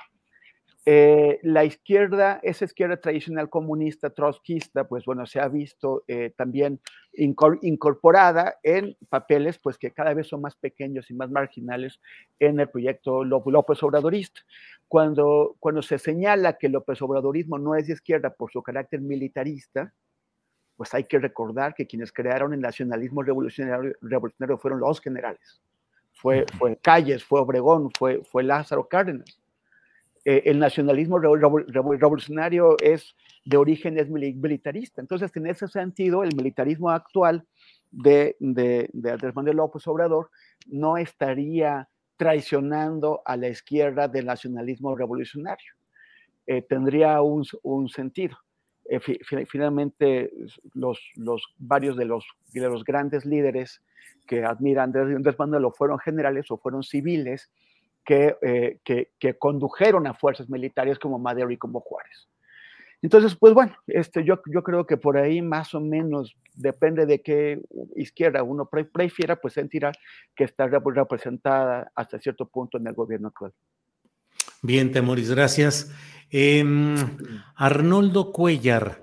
Eh, la izquierda, esa izquierda tradicional comunista, trotskista, pues bueno, se ha visto eh, también incor incorporada en papeles pues que cada vez son más pequeños y más marginales en el proyecto López Obradorista. Cuando, cuando se señala que el López Obradorismo no es de izquierda por su carácter militarista, pues hay que recordar que quienes crearon el nacionalismo revolucionario, revolucionario fueron los generales. Fue, fue Calles, fue Obregón, fue, fue Lázaro Cárdenas. Eh, el nacionalismo revolucionario es de origen es militarista. Entonces, en ese sentido, el militarismo actual de, de, de Andrés Manuel López Obrador no estaría traicionando a la izquierda del nacionalismo revolucionario. Eh, tendría un, un sentido. Eh, fi, finalmente, los, los, varios de los, de los grandes líderes que admira Andrés, Andrés Manuel o fueron generales o fueron civiles, Que, eh, que, que condujeron a fuerzas militares como Madero y como Juárez. Entonces, pues bueno, este, yo, yo creo que por ahí más o menos depende de qué izquierda uno pre prefiera, pues sentirá que está representada hasta cierto punto en el gobierno actual. Bien, Temoris, gracias. Eh, Arnoldo Cuellar,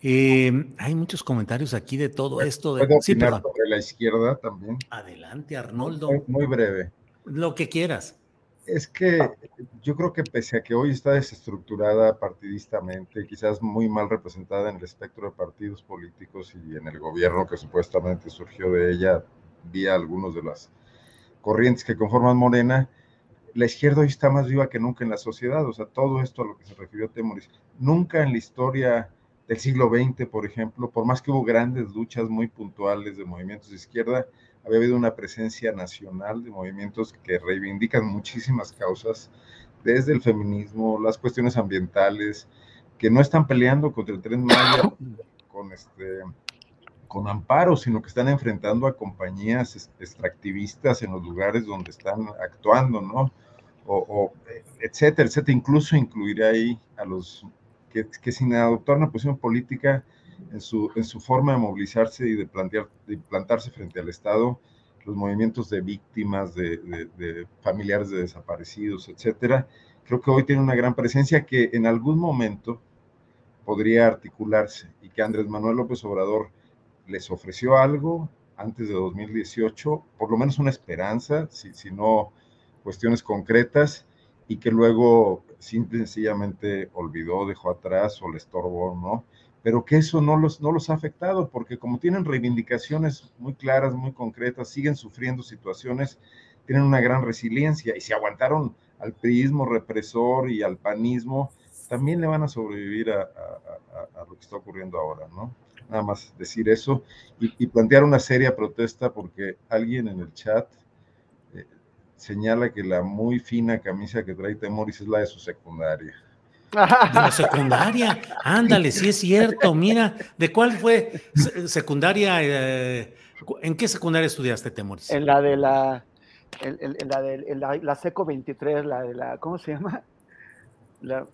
eh, hay muchos comentarios aquí de todo esto. De... ¿Puedo sí, opinar sobre la izquierda también? Adelante, Arnoldo. Muy, muy breve. Lo que quieras. Es que yo creo que pese a que hoy está desestructurada partidistamente, quizás muy mal representada en el espectro de partidos políticos y en el gobierno que supuestamente surgió de ella vía algunos de las corrientes que conforman Morena, la izquierda hoy está más viva que nunca en la sociedad. O sea, todo esto a lo que se refirió Temoris, nunca en la historia del siglo veinte, por ejemplo, por más que hubo grandes luchas muy puntuales de movimientos de izquierda, había habido una presencia nacional de movimientos que reivindican muchísimas causas, desde el feminismo, las cuestiones ambientales, que no están peleando contra el Tren Maya con, este, con amparo, sino que están enfrentando a compañías extractivistas en los lugares donde están actuando, ¿no? O, o etcétera, etcétera. Incluso incluiré ahí a los que, que sin adoptar una posición política, En su, en su forma de movilizarse y de, plantear, de plantarse frente al Estado, los movimientos de víctimas, de, de, de familiares de desaparecidos, etcétera. Creo que hoy tiene una gran presencia que en algún momento podría articularse y que Andrés Manuel López Obrador les ofreció algo antes de dos mil dieciocho, por lo menos una esperanza, si, si no cuestiones concretas, y que luego simple y sencillamente olvidó, dejó atrás o le estorbó, ¿no? Pero que eso no los, no los ha afectado, porque como tienen reivindicaciones muy claras, muy concretas, siguen sufriendo situaciones, tienen una gran resiliencia, y si aguantaron al priismo represor y al panismo, también le van a sobrevivir a, a, a, a lo que está ocurriendo ahora, ¿no? Nada más decir eso, y, y plantear una seria protesta, porque alguien en el chat eh, señala que la muy fina camisa que trae Temoris es la de su secundaria. De la secundaria, ándale, sí es cierto, mira, ¿de cuál fue secundaria? Eh, ¿En qué secundaria estudiaste, Temoris? En la de la, en, en la de en la, la Seco veintitrés, la de la, ¿cómo se llama? La,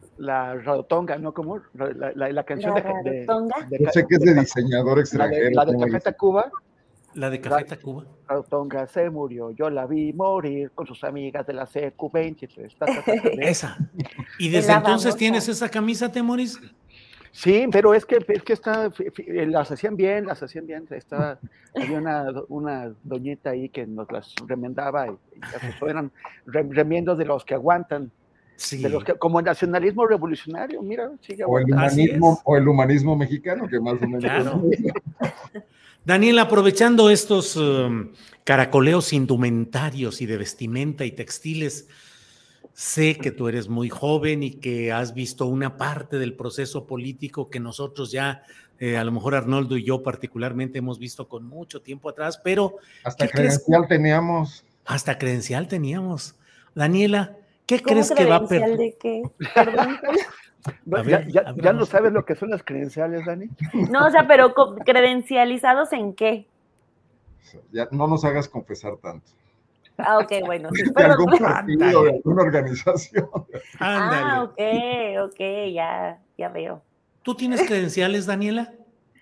la Rarotonga, ¿no? ¿Cómo? La, la, la canción ¿La de, de, de, Yo sé que es de diseñador extranjero. La de, la de Café Tacuba. La de Café Tacuba. Rarotonga se murió, yo la vi morir con sus amigas de la Secu veintitrés. Ta, ta, ta, ta, esa. ¿Y desde entonces tienes esa camisa, Temoris? Sí, pero es que, es que está, las hacían bien, las hacían bien. Estaba, había una, una doñita ahí que nos las remendaba, y, y esos eran remiendos de los que aguantan. Sí. De los que, como el nacionalismo revolucionario, mira, sigue o el humanismo, o el humanismo mexicano, que más o menos. Claro. Daniel, aprovechando estos um, caracoleos indumentarios y de vestimenta y textiles, sé que tú eres muy joven y que has visto una parte del proceso político que nosotros ya, eh, a lo mejor Arnoldo y yo particularmente, hemos visto con mucho tiempo atrás, pero... Hasta credencial teníamos. Hasta credencial teníamos. Daniela, ¿qué crees que va a perder? ¿De qué? Perdón. A ver, ya, ya, ya no sabes lo que son las credenciales, Dani. No, o sea, pero ¿credencializados en qué? Ya no nos hagas confesar tanto. Ah, ok, bueno. Sí, de algún partido, de alguna organización. Ah, ok, ok, ya, ya veo. ¿Tú tienes credenciales, Daniela?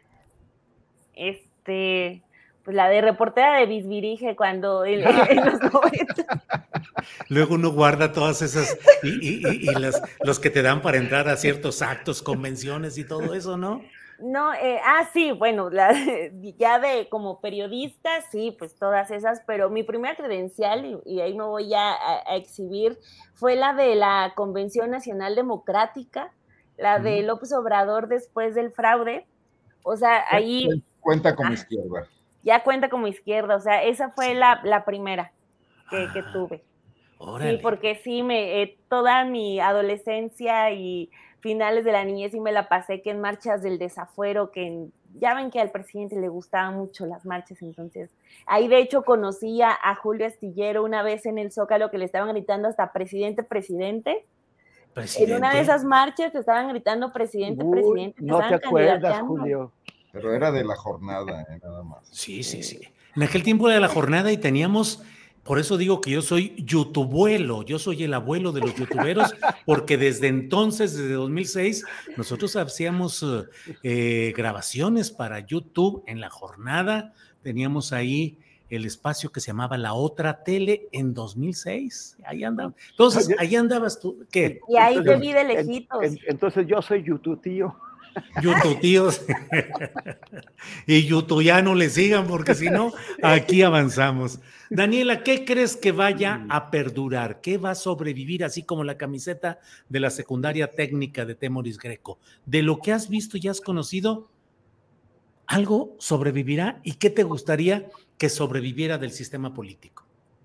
Este, pues la de reportera de Bisbirige cuando en, en los noventa. Luego uno guarda todas esas y, y, y, y las, los que te dan para entrar a ciertos actos, convenciones y todo eso, ¿no? No, eh, ah, sí, bueno, la, ya de como periodista, sí, pues todas esas, pero mi primera credencial, y, y ahí me voy a, a, a exhibir, fue la de la Convención Nacional Democrática, la uh-huh. de López Obrador después del fraude, o sea, ahí... Cuenta como ah, izquierda. Ya cuenta como izquierda, o sea, esa fue la, la primera que, que tuve. Órale. Sí, porque sí, me eh, toda mi adolescencia y finales de la niñez sí me la pasé que en marchas del desafuero, que en, ya ven que al presidente le gustaban mucho las marchas, entonces ahí de hecho conocí a, a Julio Astillero una vez en el Zócalo que le estaban gritando hasta presidente, presidente. ¿Presidente? En una de esas marchas te estaban gritando presidente, Uy, presidente. Te no te acuerdas, Julio. Pero era de la jornada, eh, nada más. Sí, sí, sí. En aquel tiempo era de la jornada y teníamos... Por eso digo que yo soy youtubuelo, yo soy el abuelo de los youtuberos, porque desde entonces, desde dos mil seis, nosotros hacíamos eh, grabaciones para YouTube en la jornada, teníamos ahí el espacio que se llamaba La Otra Tele en dos mil seis, ahí andaba. Entonces, ahí andabas tú, ¿qué? Y ahí entonces, te vi de lejitos. En, en, entonces yo soy YouTube tío. YouTube tíos y YouTube ya no le sigan porque si no, aquí avanzamos. Daniela, ¿qué crees que vaya a perdurar? ¿Qué va a sobrevivir así como la camiseta de la secundaria técnica de Temoris Greco? De lo que has visto y has conocido, ¿algo sobrevivirá? ¿Y qué te gustaría que sobreviviera del sistema político?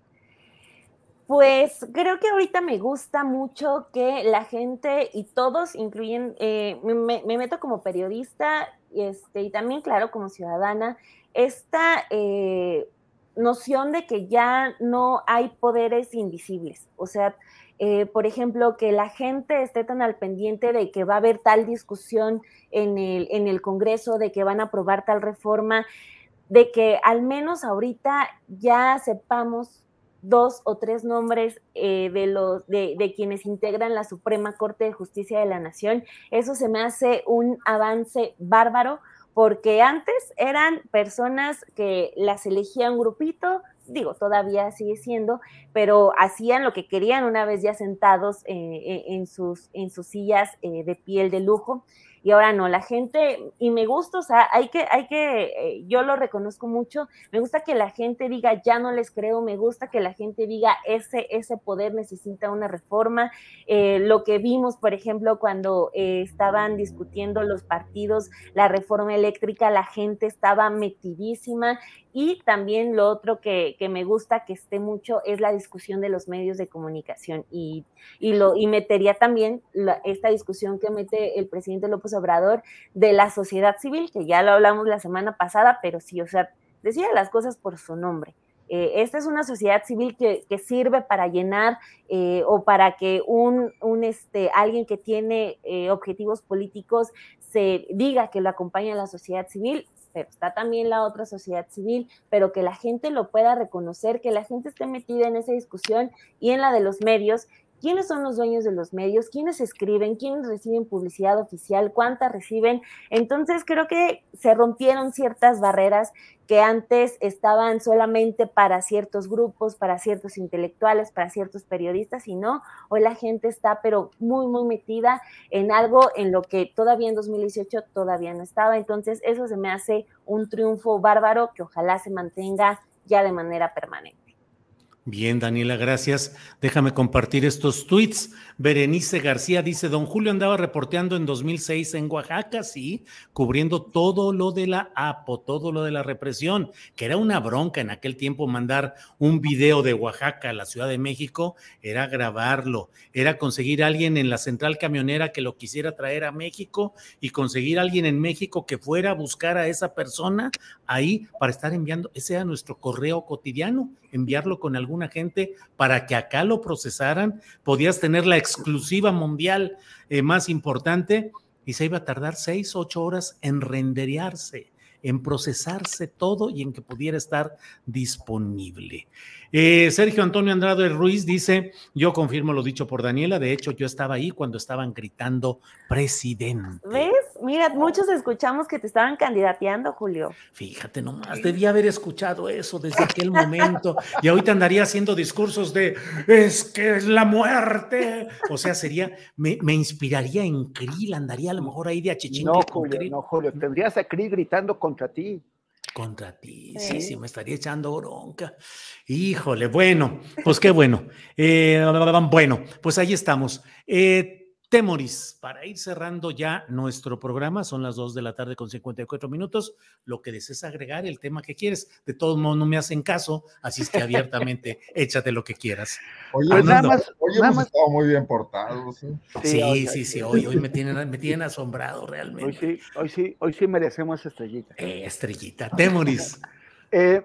Pues creo que ahorita me gusta mucho que la gente y todos incluyen, eh, me, me meto como periodista este, y también, claro, como ciudadana, esta eh, noción de que ya no hay poderes invisibles. O sea, eh, por ejemplo, que la gente esté tan al pendiente de que va a haber tal discusión en el, en el Congreso, de que van a aprobar tal reforma, de que al menos ahorita ya sepamos dos o tres nombres eh, de, los, de, de quienes integran la Suprema Corte de Justicia de la Nación. Eso se me hace un avance bárbaro, porque antes eran personas que las elegía un grupito, digo, todavía sigue siendo, pero hacían lo que querían una vez ya sentados eh, en, sus, en sus sillas eh, de piel de lujo. Y ahora no, la gente, y me gusta, o sea, hay que, hay que, eh, yo lo reconozco mucho, me gusta que la gente diga, ya no les creo, me gusta que la gente diga, ese, ese poder necesita una reforma. Eh, lo que vimos, por ejemplo, cuando eh, estaban discutiendo los partidos la reforma eléctrica, la gente estaba metidísima. Y también lo otro que, que me gusta que esté mucho es la discusión de los medios de comunicación y, y, lo, y metería también la, esta discusión que mete el presidente López Obrador de la sociedad civil, que ya lo hablamos la semana pasada, pero sí, o sea, decía las cosas por su nombre. Eh, esta es una sociedad civil que, que sirve para llenar eh, o para que un, un este, alguien que tiene eh, objetivos políticos se diga que lo acompaña a la sociedad civil, pero está también la otra sociedad civil, pero que la gente lo pueda reconocer, que la gente esté metida en esa discusión y en la de los medios, quiénes son los dueños de los medios, quiénes escriben, quiénes reciben publicidad oficial, cuántas reciben. Entonces creo que se rompieron ciertas barreras que antes estaban solamente para ciertos grupos, para ciertos intelectuales, para ciertos periodistas, y no, hoy la gente está pero muy, muy metida en algo en lo que todavía en dos mil dieciocho todavía no estaba. Entonces eso se me hace un triunfo bárbaro que ojalá se mantenga ya de manera permanente. Bien, Daniela, gracias. Déjame compartir estos tweets. Berenice García dice, don Julio andaba reporteando en dos mil seis en Oaxaca, sí, cubriendo todo lo de la A P O, todo lo de la represión, que era una bronca en aquel tiempo mandar un video de Oaxaca a la Ciudad de México, era grabarlo, era conseguir a alguien en la central camionera que lo quisiera traer a México y conseguir a alguien en México que fuera a buscar a esa persona ahí para estar enviando, ese era nuestro correo cotidiano, enviarlo con alguna gente para que acá lo procesaran. Podías tener la exclusiva mundial eh, más importante y se iba a tardar seis, ocho horas en renderearse, en procesarse todo y en que pudiera estar disponible. Eh, Sergio Antonio Andrade Ruiz dice, yo confirmo lo dicho por Daniela, de hecho yo estaba ahí cuando estaban gritando presidente. ¿Ves? Mira, muchos escuchamos que te estaban candidateando, Julio. Fíjate nomás, debía haber escuchado eso desde aquel momento y ahorita andaría haciendo discursos de es que es la muerte, o sea, sería, me, me inspiraría en Krill, andaría a lo mejor ahí de achichincle. No, Julio, no, Julio, tendrías a Krill gritando contra ti. Contra ti, sí, sí, me estaría echando bronca. Híjole, bueno, pues qué bueno. Eh, bueno, pues ahí estamos. Eh, Temoris, para ir cerrando ya nuestro programa, son las dos de la tarde con cincuenta y cuatro minutos, lo que desees agregar, el tema que quieres, de todos modos no me hacen caso, así es que abiertamente échate lo que quieras. Oye, pues nada más, hoy nada hemos más. estado muy bien portados. ¿eh? Sí, sí, hoy, sí, sí, hoy, hoy me, tienen, me tienen asombrado realmente. Hoy sí, hoy sí, hoy sí merecemos estrellita. Eh, estrellita, Temoris. eh,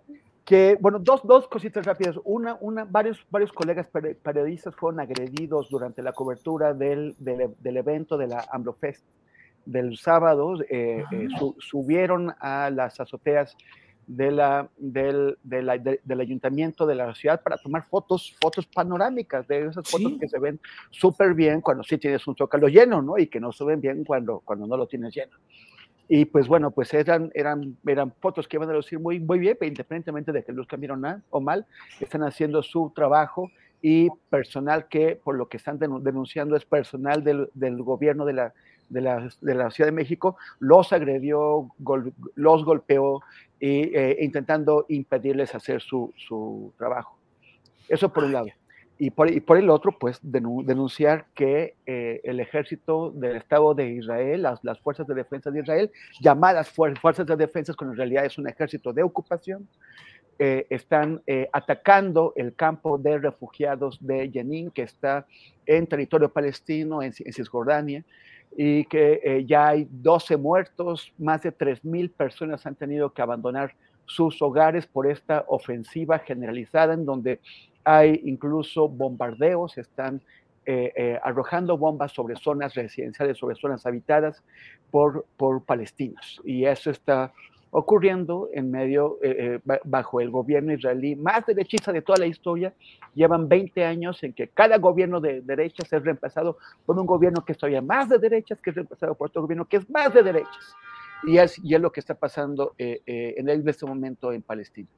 que, bueno, dos, dos cositas rápidas. Una, una, varios, varios colegas periodistas fueron agredidos durante la cobertura del, del, del evento de la AMLOFest del sábado. Eh, eh, su, subieron a las azoteas de la, del, de la, de, del ayuntamiento de la ciudad para tomar fotos, fotos panorámicas, de esas fotos ¿Sí? que se ven súper bien cuando sí tienes un zócalo lleno, ¿no? Y que no se ven bien cuando, cuando no lo tienes lleno. Y pues bueno, pues eran, eran, eran fotos que iban a lucir muy, muy bien, pero independientemente de que luzcan bien o mal, están haciendo su trabajo, y personal que por lo que están denunciando es personal del, del gobierno de la, de, la, de la Ciudad de México, los agredió, gol, los golpeó, y, eh, intentando impedirles hacer su, su trabajo. Eso por un lado. Y por, y por el otro, pues, denunciar que eh, el ejército del Estado de Israel, las, las fuerzas de defensa de Israel, llamadas fuerzas de defensa, cuando en realidad es un ejército de ocupación, eh, están eh, atacando el campo de refugiados de Jenin, que está en territorio palestino, en, en Cisjordania, y que eh, ya hay doce muertos, más de tres mil personas han tenido que abandonar sus hogares por esta ofensiva generalizada, en donde hay incluso bombardeos, están eh, eh, arrojando bombas sobre zonas residenciales, sobre zonas habitadas por, por palestinos. Y eso está ocurriendo en medio, eh, eh, bajo el gobierno israelí más derechista de toda la historia. Llevan veinte años en que cada gobierno de derechas es reemplazado por un gobierno que es todavía más de derechas, que es reemplazado por otro gobierno que es más de derechas. Y es, y es lo que está pasando eh, eh, en, el, en este momento en Palestina.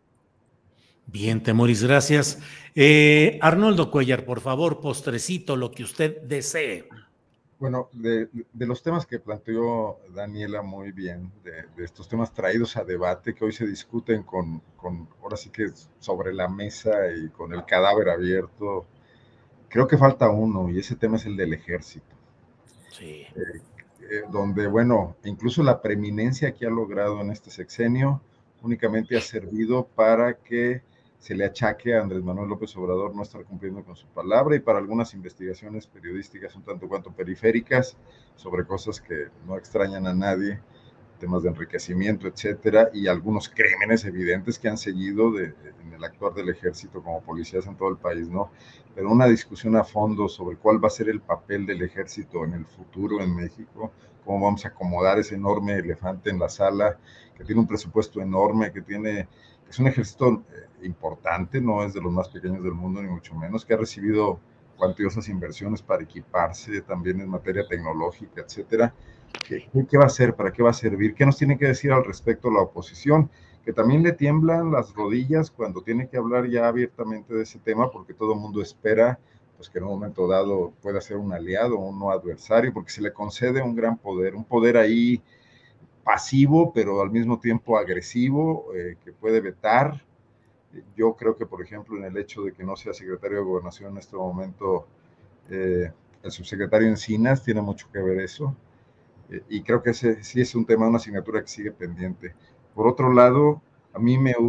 Bien, Temoris, gracias. Eh, Arnoldo Cuellar, por favor, postrecito, lo que usted desee. Bueno, de, de los temas que planteó Daniela muy bien, de, de estos temas traídos a debate que hoy se discuten con, con, ahora sí que sobre la mesa y con el cadáver abierto, creo que falta uno, y ese tema es el del ejército. Sí. Eh, eh, donde, bueno, incluso la preeminencia que ha logrado en este sexenio únicamente ha servido para que se le achaque a Andrés Manuel López Obrador no estar cumpliendo con su palabra, y para algunas investigaciones periodísticas un tanto cuanto periféricas sobre cosas que no extrañan a nadie, temas de enriquecimiento, etcétera, y algunos crímenes evidentes que han seguido de, de, en el actuar del ejército como policías en todo el país, ¿no? Pero una discusión a fondo sobre cuál va a ser el papel del ejército en el futuro en México, cómo vamos a acomodar ese enorme elefante en la sala, que tiene un presupuesto enorme, que tiene, que es un ejército eh, importante, no es de los más pequeños del mundo, ni mucho menos, que ha recibido cuantiosas inversiones para equiparse, también en materia tecnológica, etcétera. ¿Qué, qué va a hacer? ¿Para qué va a servir? ¿Qué nos tiene que decir al respecto la oposición? Que también le tiemblan las rodillas cuando tiene que hablar ya abiertamente de ese tema, porque todo el mundo espera pues, que en un momento dado pueda ser un aliado o un no adversario, porque se le concede un gran poder, un poder ahí pasivo, pero al mismo tiempo agresivo, eh, que puede vetar. Yo creo que, por ejemplo, en el hecho de que no sea secretario de Gobernación en este momento, eh, el subsecretario Encinas, tiene mucho que ver eso. Eh, y creo que ese sí es un tema, una asignatura que sigue pendiente. Por otro lado, a mí me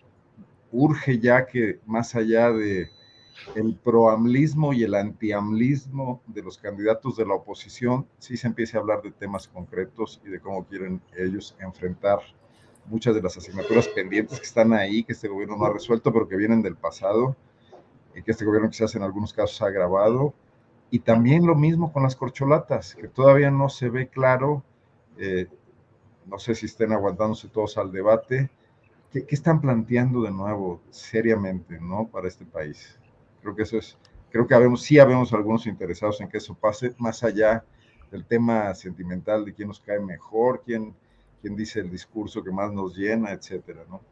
urge ya que más allá de el proamlismo y el antiamlismo de los candidatos de la oposición, sí se empiece a hablar de temas concretos y de cómo quieren ellos enfrentar muchas de las asignaturas pendientes que están ahí, que este gobierno no ha resuelto, pero que vienen del pasado, y que este gobierno quizás en algunos casos ha agravado. Y también lo mismo con las corcholatas, que todavía no se ve claro, eh, no sé si estén aguantándose todos al debate. ¿Qué, qué están planteando de nuevo, seriamente, ¿no? Para este país? Creo que eso es, creo que habemos, sí habemos algunos interesados en que eso pase, más allá del tema sentimental de quién nos cae mejor, quién, quién dice el discurso que más nos llena, etcétera, ¿no?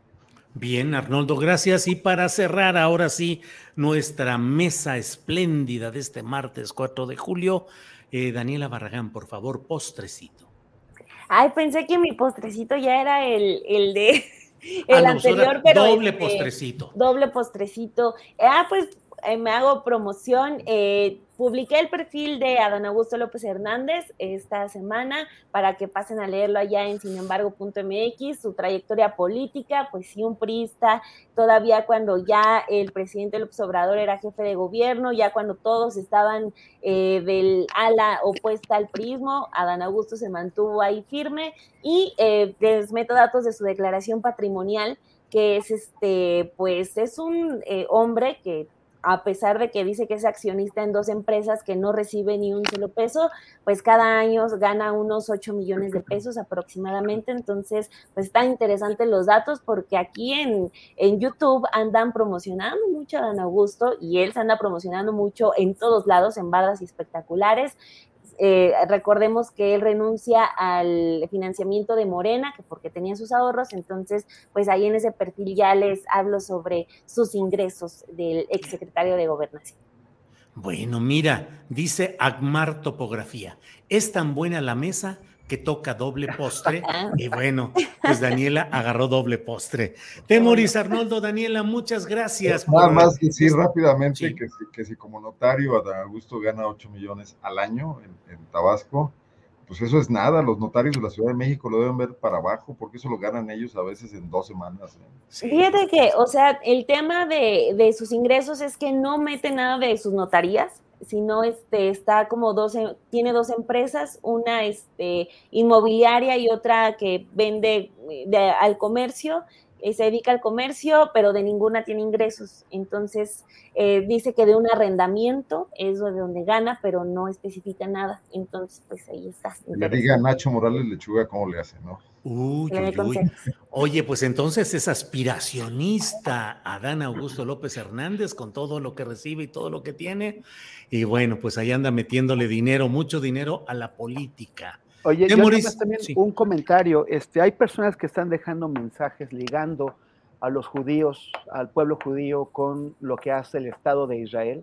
Bien, Arnoldo, gracias. Y para cerrar ahora sí nuestra mesa espléndida de este martes cuatro de julio, eh, Daniela Barragán, por favor, postrecito. Ay, pensé que mi postrecito ya era el, el de el ah, no, anterior, pero doble este, postrecito. Doble postrecito. Ah, pues eh, me hago promoción. Eh, publiqué el perfil de Adán Augusto López Hernández esta semana para que pasen a leerlo allá en sin embargo punto eme equis, su trayectoria política, pues sí, un priista, todavía cuando ya el presidente López Obrador era jefe de gobierno, ya cuando todos estaban eh, del ala opuesta al priismo, Adán Augusto se mantuvo ahí firme y eh, les meto datos de su declaración patrimonial, que es este, pues es un eh, hombre que a pesar de que dice que es accionista en dos empresas que no recibe ni un solo peso, pues cada año gana unos ocho millones de pesos aproximadamente. Entonces, pues están interesantes los datos porque aquí en, en YouTube andan promocionando mucho a Adán Augusto y él se anda promocionando mucho en todos lados, en bardas y espectaculares. Eh, recordemos que él renuncia al financiamiento de Morena, que porque tenía sus ahorros, entonces pues ahí en ese perfil ya les hablo sobre sus ingresos del exsecretario de Gobernación. Bueno, mira, dice Agmar Topografía, es tan buena la mesa que toca doble postre, y bueno, pues Daniela agarró doble postre. Temoris, Arnoldo, Daniela, muchas gracias. Nada por... más decir sí. rápidamente sí. que, si, que si como notario Adán Augusto gana ocho millones al año en, en Tabasco, pues eso es nada, los notarios de la Ciudad de México lo deben ver para abajo, porque eso lo ganan ellos a veces en dos semanas. ¿eh? Sí. Fíjate que, o sea, el tema de, de sus ingresos es que no mete nada de sus notarías, sino este, está como dos, tiene dos empresas, una este, inmobiliaria y otra que vende de, al comercio, eh, se dedica al comercio, pero de ninguna tiene ingresos. Entonces, eh, dice que de un arrendamiento es de donde gana, pero no especifica nada. Entonces, pues ahí está. Le diga a Nacho Morales Lechuga cómo le hace, ¿no? Uy, uy, uy. Oye, pues entonces es aspiracionista Adán Augusto López Hernández con todo lo que recibe y todo lo que tiene. Y bueno, pues ahí anda metiéndole dinero, mucho dinero a la política. Oye, yo también sí. un comentario. Este, hay personas que están dejando mensajes ligando a los judíos, al pueblo judío, con lo que hace el Estado de Israel.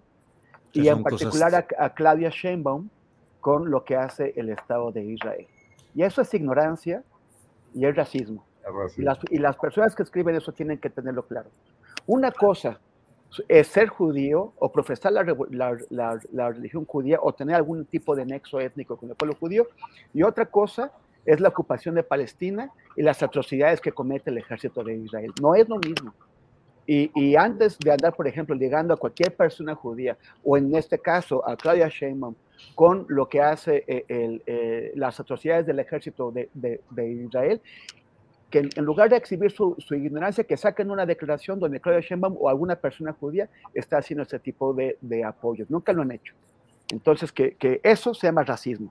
Y en particular cosas... a, a Claudia Sheinbaum con lo que hace el Estado de Israel. Y eso es ignorancia y es racismo. Y las, y las personas que escriben eso tienen que tenerlo claro. Una cosa es ser judío o profesar la, la, la, la religión judía o tener algún tipo de nexo étnico con el pueblo judío, y otra cosa es la ocupación de Palestina y las atrocidades que comete el ejército de Israel. No es lo mismo. Y, y antes de andar, por ejemplo, llegando a cualquier persona judía, o en este caso a Claudia Sheinbaum, con lo que hace eh, el, eh, las atrocidades del ejército de, de, de Israel, que en, en lugar de exhibir su, su ignorancia, que saquen una declaración donde Claudia Sheinbaum o alguna persona judía está haciendo ese tipo de, de apoyos. Nunca lo han hecho. Entonces, que, que eso se llama racismo.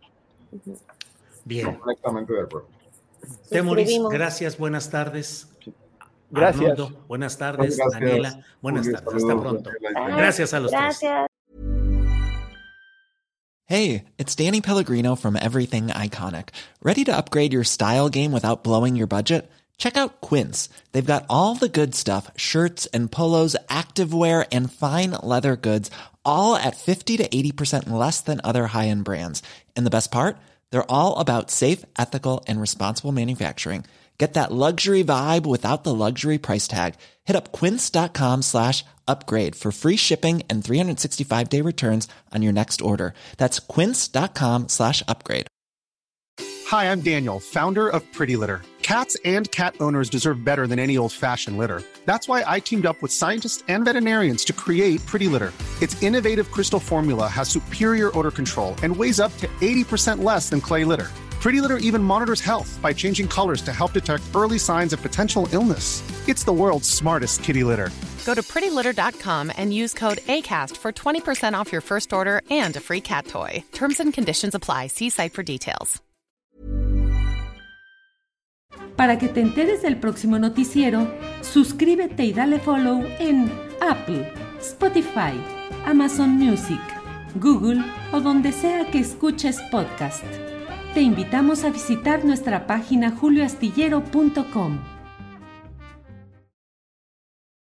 Bien. Completamente de acuerdo. Temoris, gracias, buenas tardes. Sí. Gracias. Arnoldo, buenas tardes. Gracias. Daniela, buenas Julio, tardes. Hasta pronto. Daniela. Gracias a los gracias. tres. Hey, it's Danny Pellegrino from Everything Iconic. Ready to upgrade your style game without blowing your budget? Check out Quince. They've got all the good stuff, shirts and polos, activewear, and fine leather goods, all at fifty to eighty percent less than other high-end brands. And the best part? They're all about safe, ethical, and responsible manufacturing. Get that luxury vibe without the luxury price tag. Hit up quince.com slash upgrade for free shipping and three sixty-five day returns on your next order. That's quince.com slash upgrade. Hi, I'm Daniel, founder of Pretty Litter. Cats and cat owners deserve better than any old-fashioned litter. That's why I teamed up with scientists and veterinarians to create Pretty Litter. Its innovative crystal formula has superior odor control and weighs up to eighty percent less than clay litter. Pretty Litter even monitors health by changing colors to help detect early signs of potential illness. It's the world's smartest kitty litter. Go to pretty litter dot com and use code ACAST for twenty percent off your first order and a free cat toy. Terms and conditions apply. See site for details. Para que te enteres del próximo noticiero, suscríbete y dale follow en Apple, Spotify, Amazon Music, Google o donde sea que escuches podcast. Te invitamos a visitar nuestra página julio astillero punto com.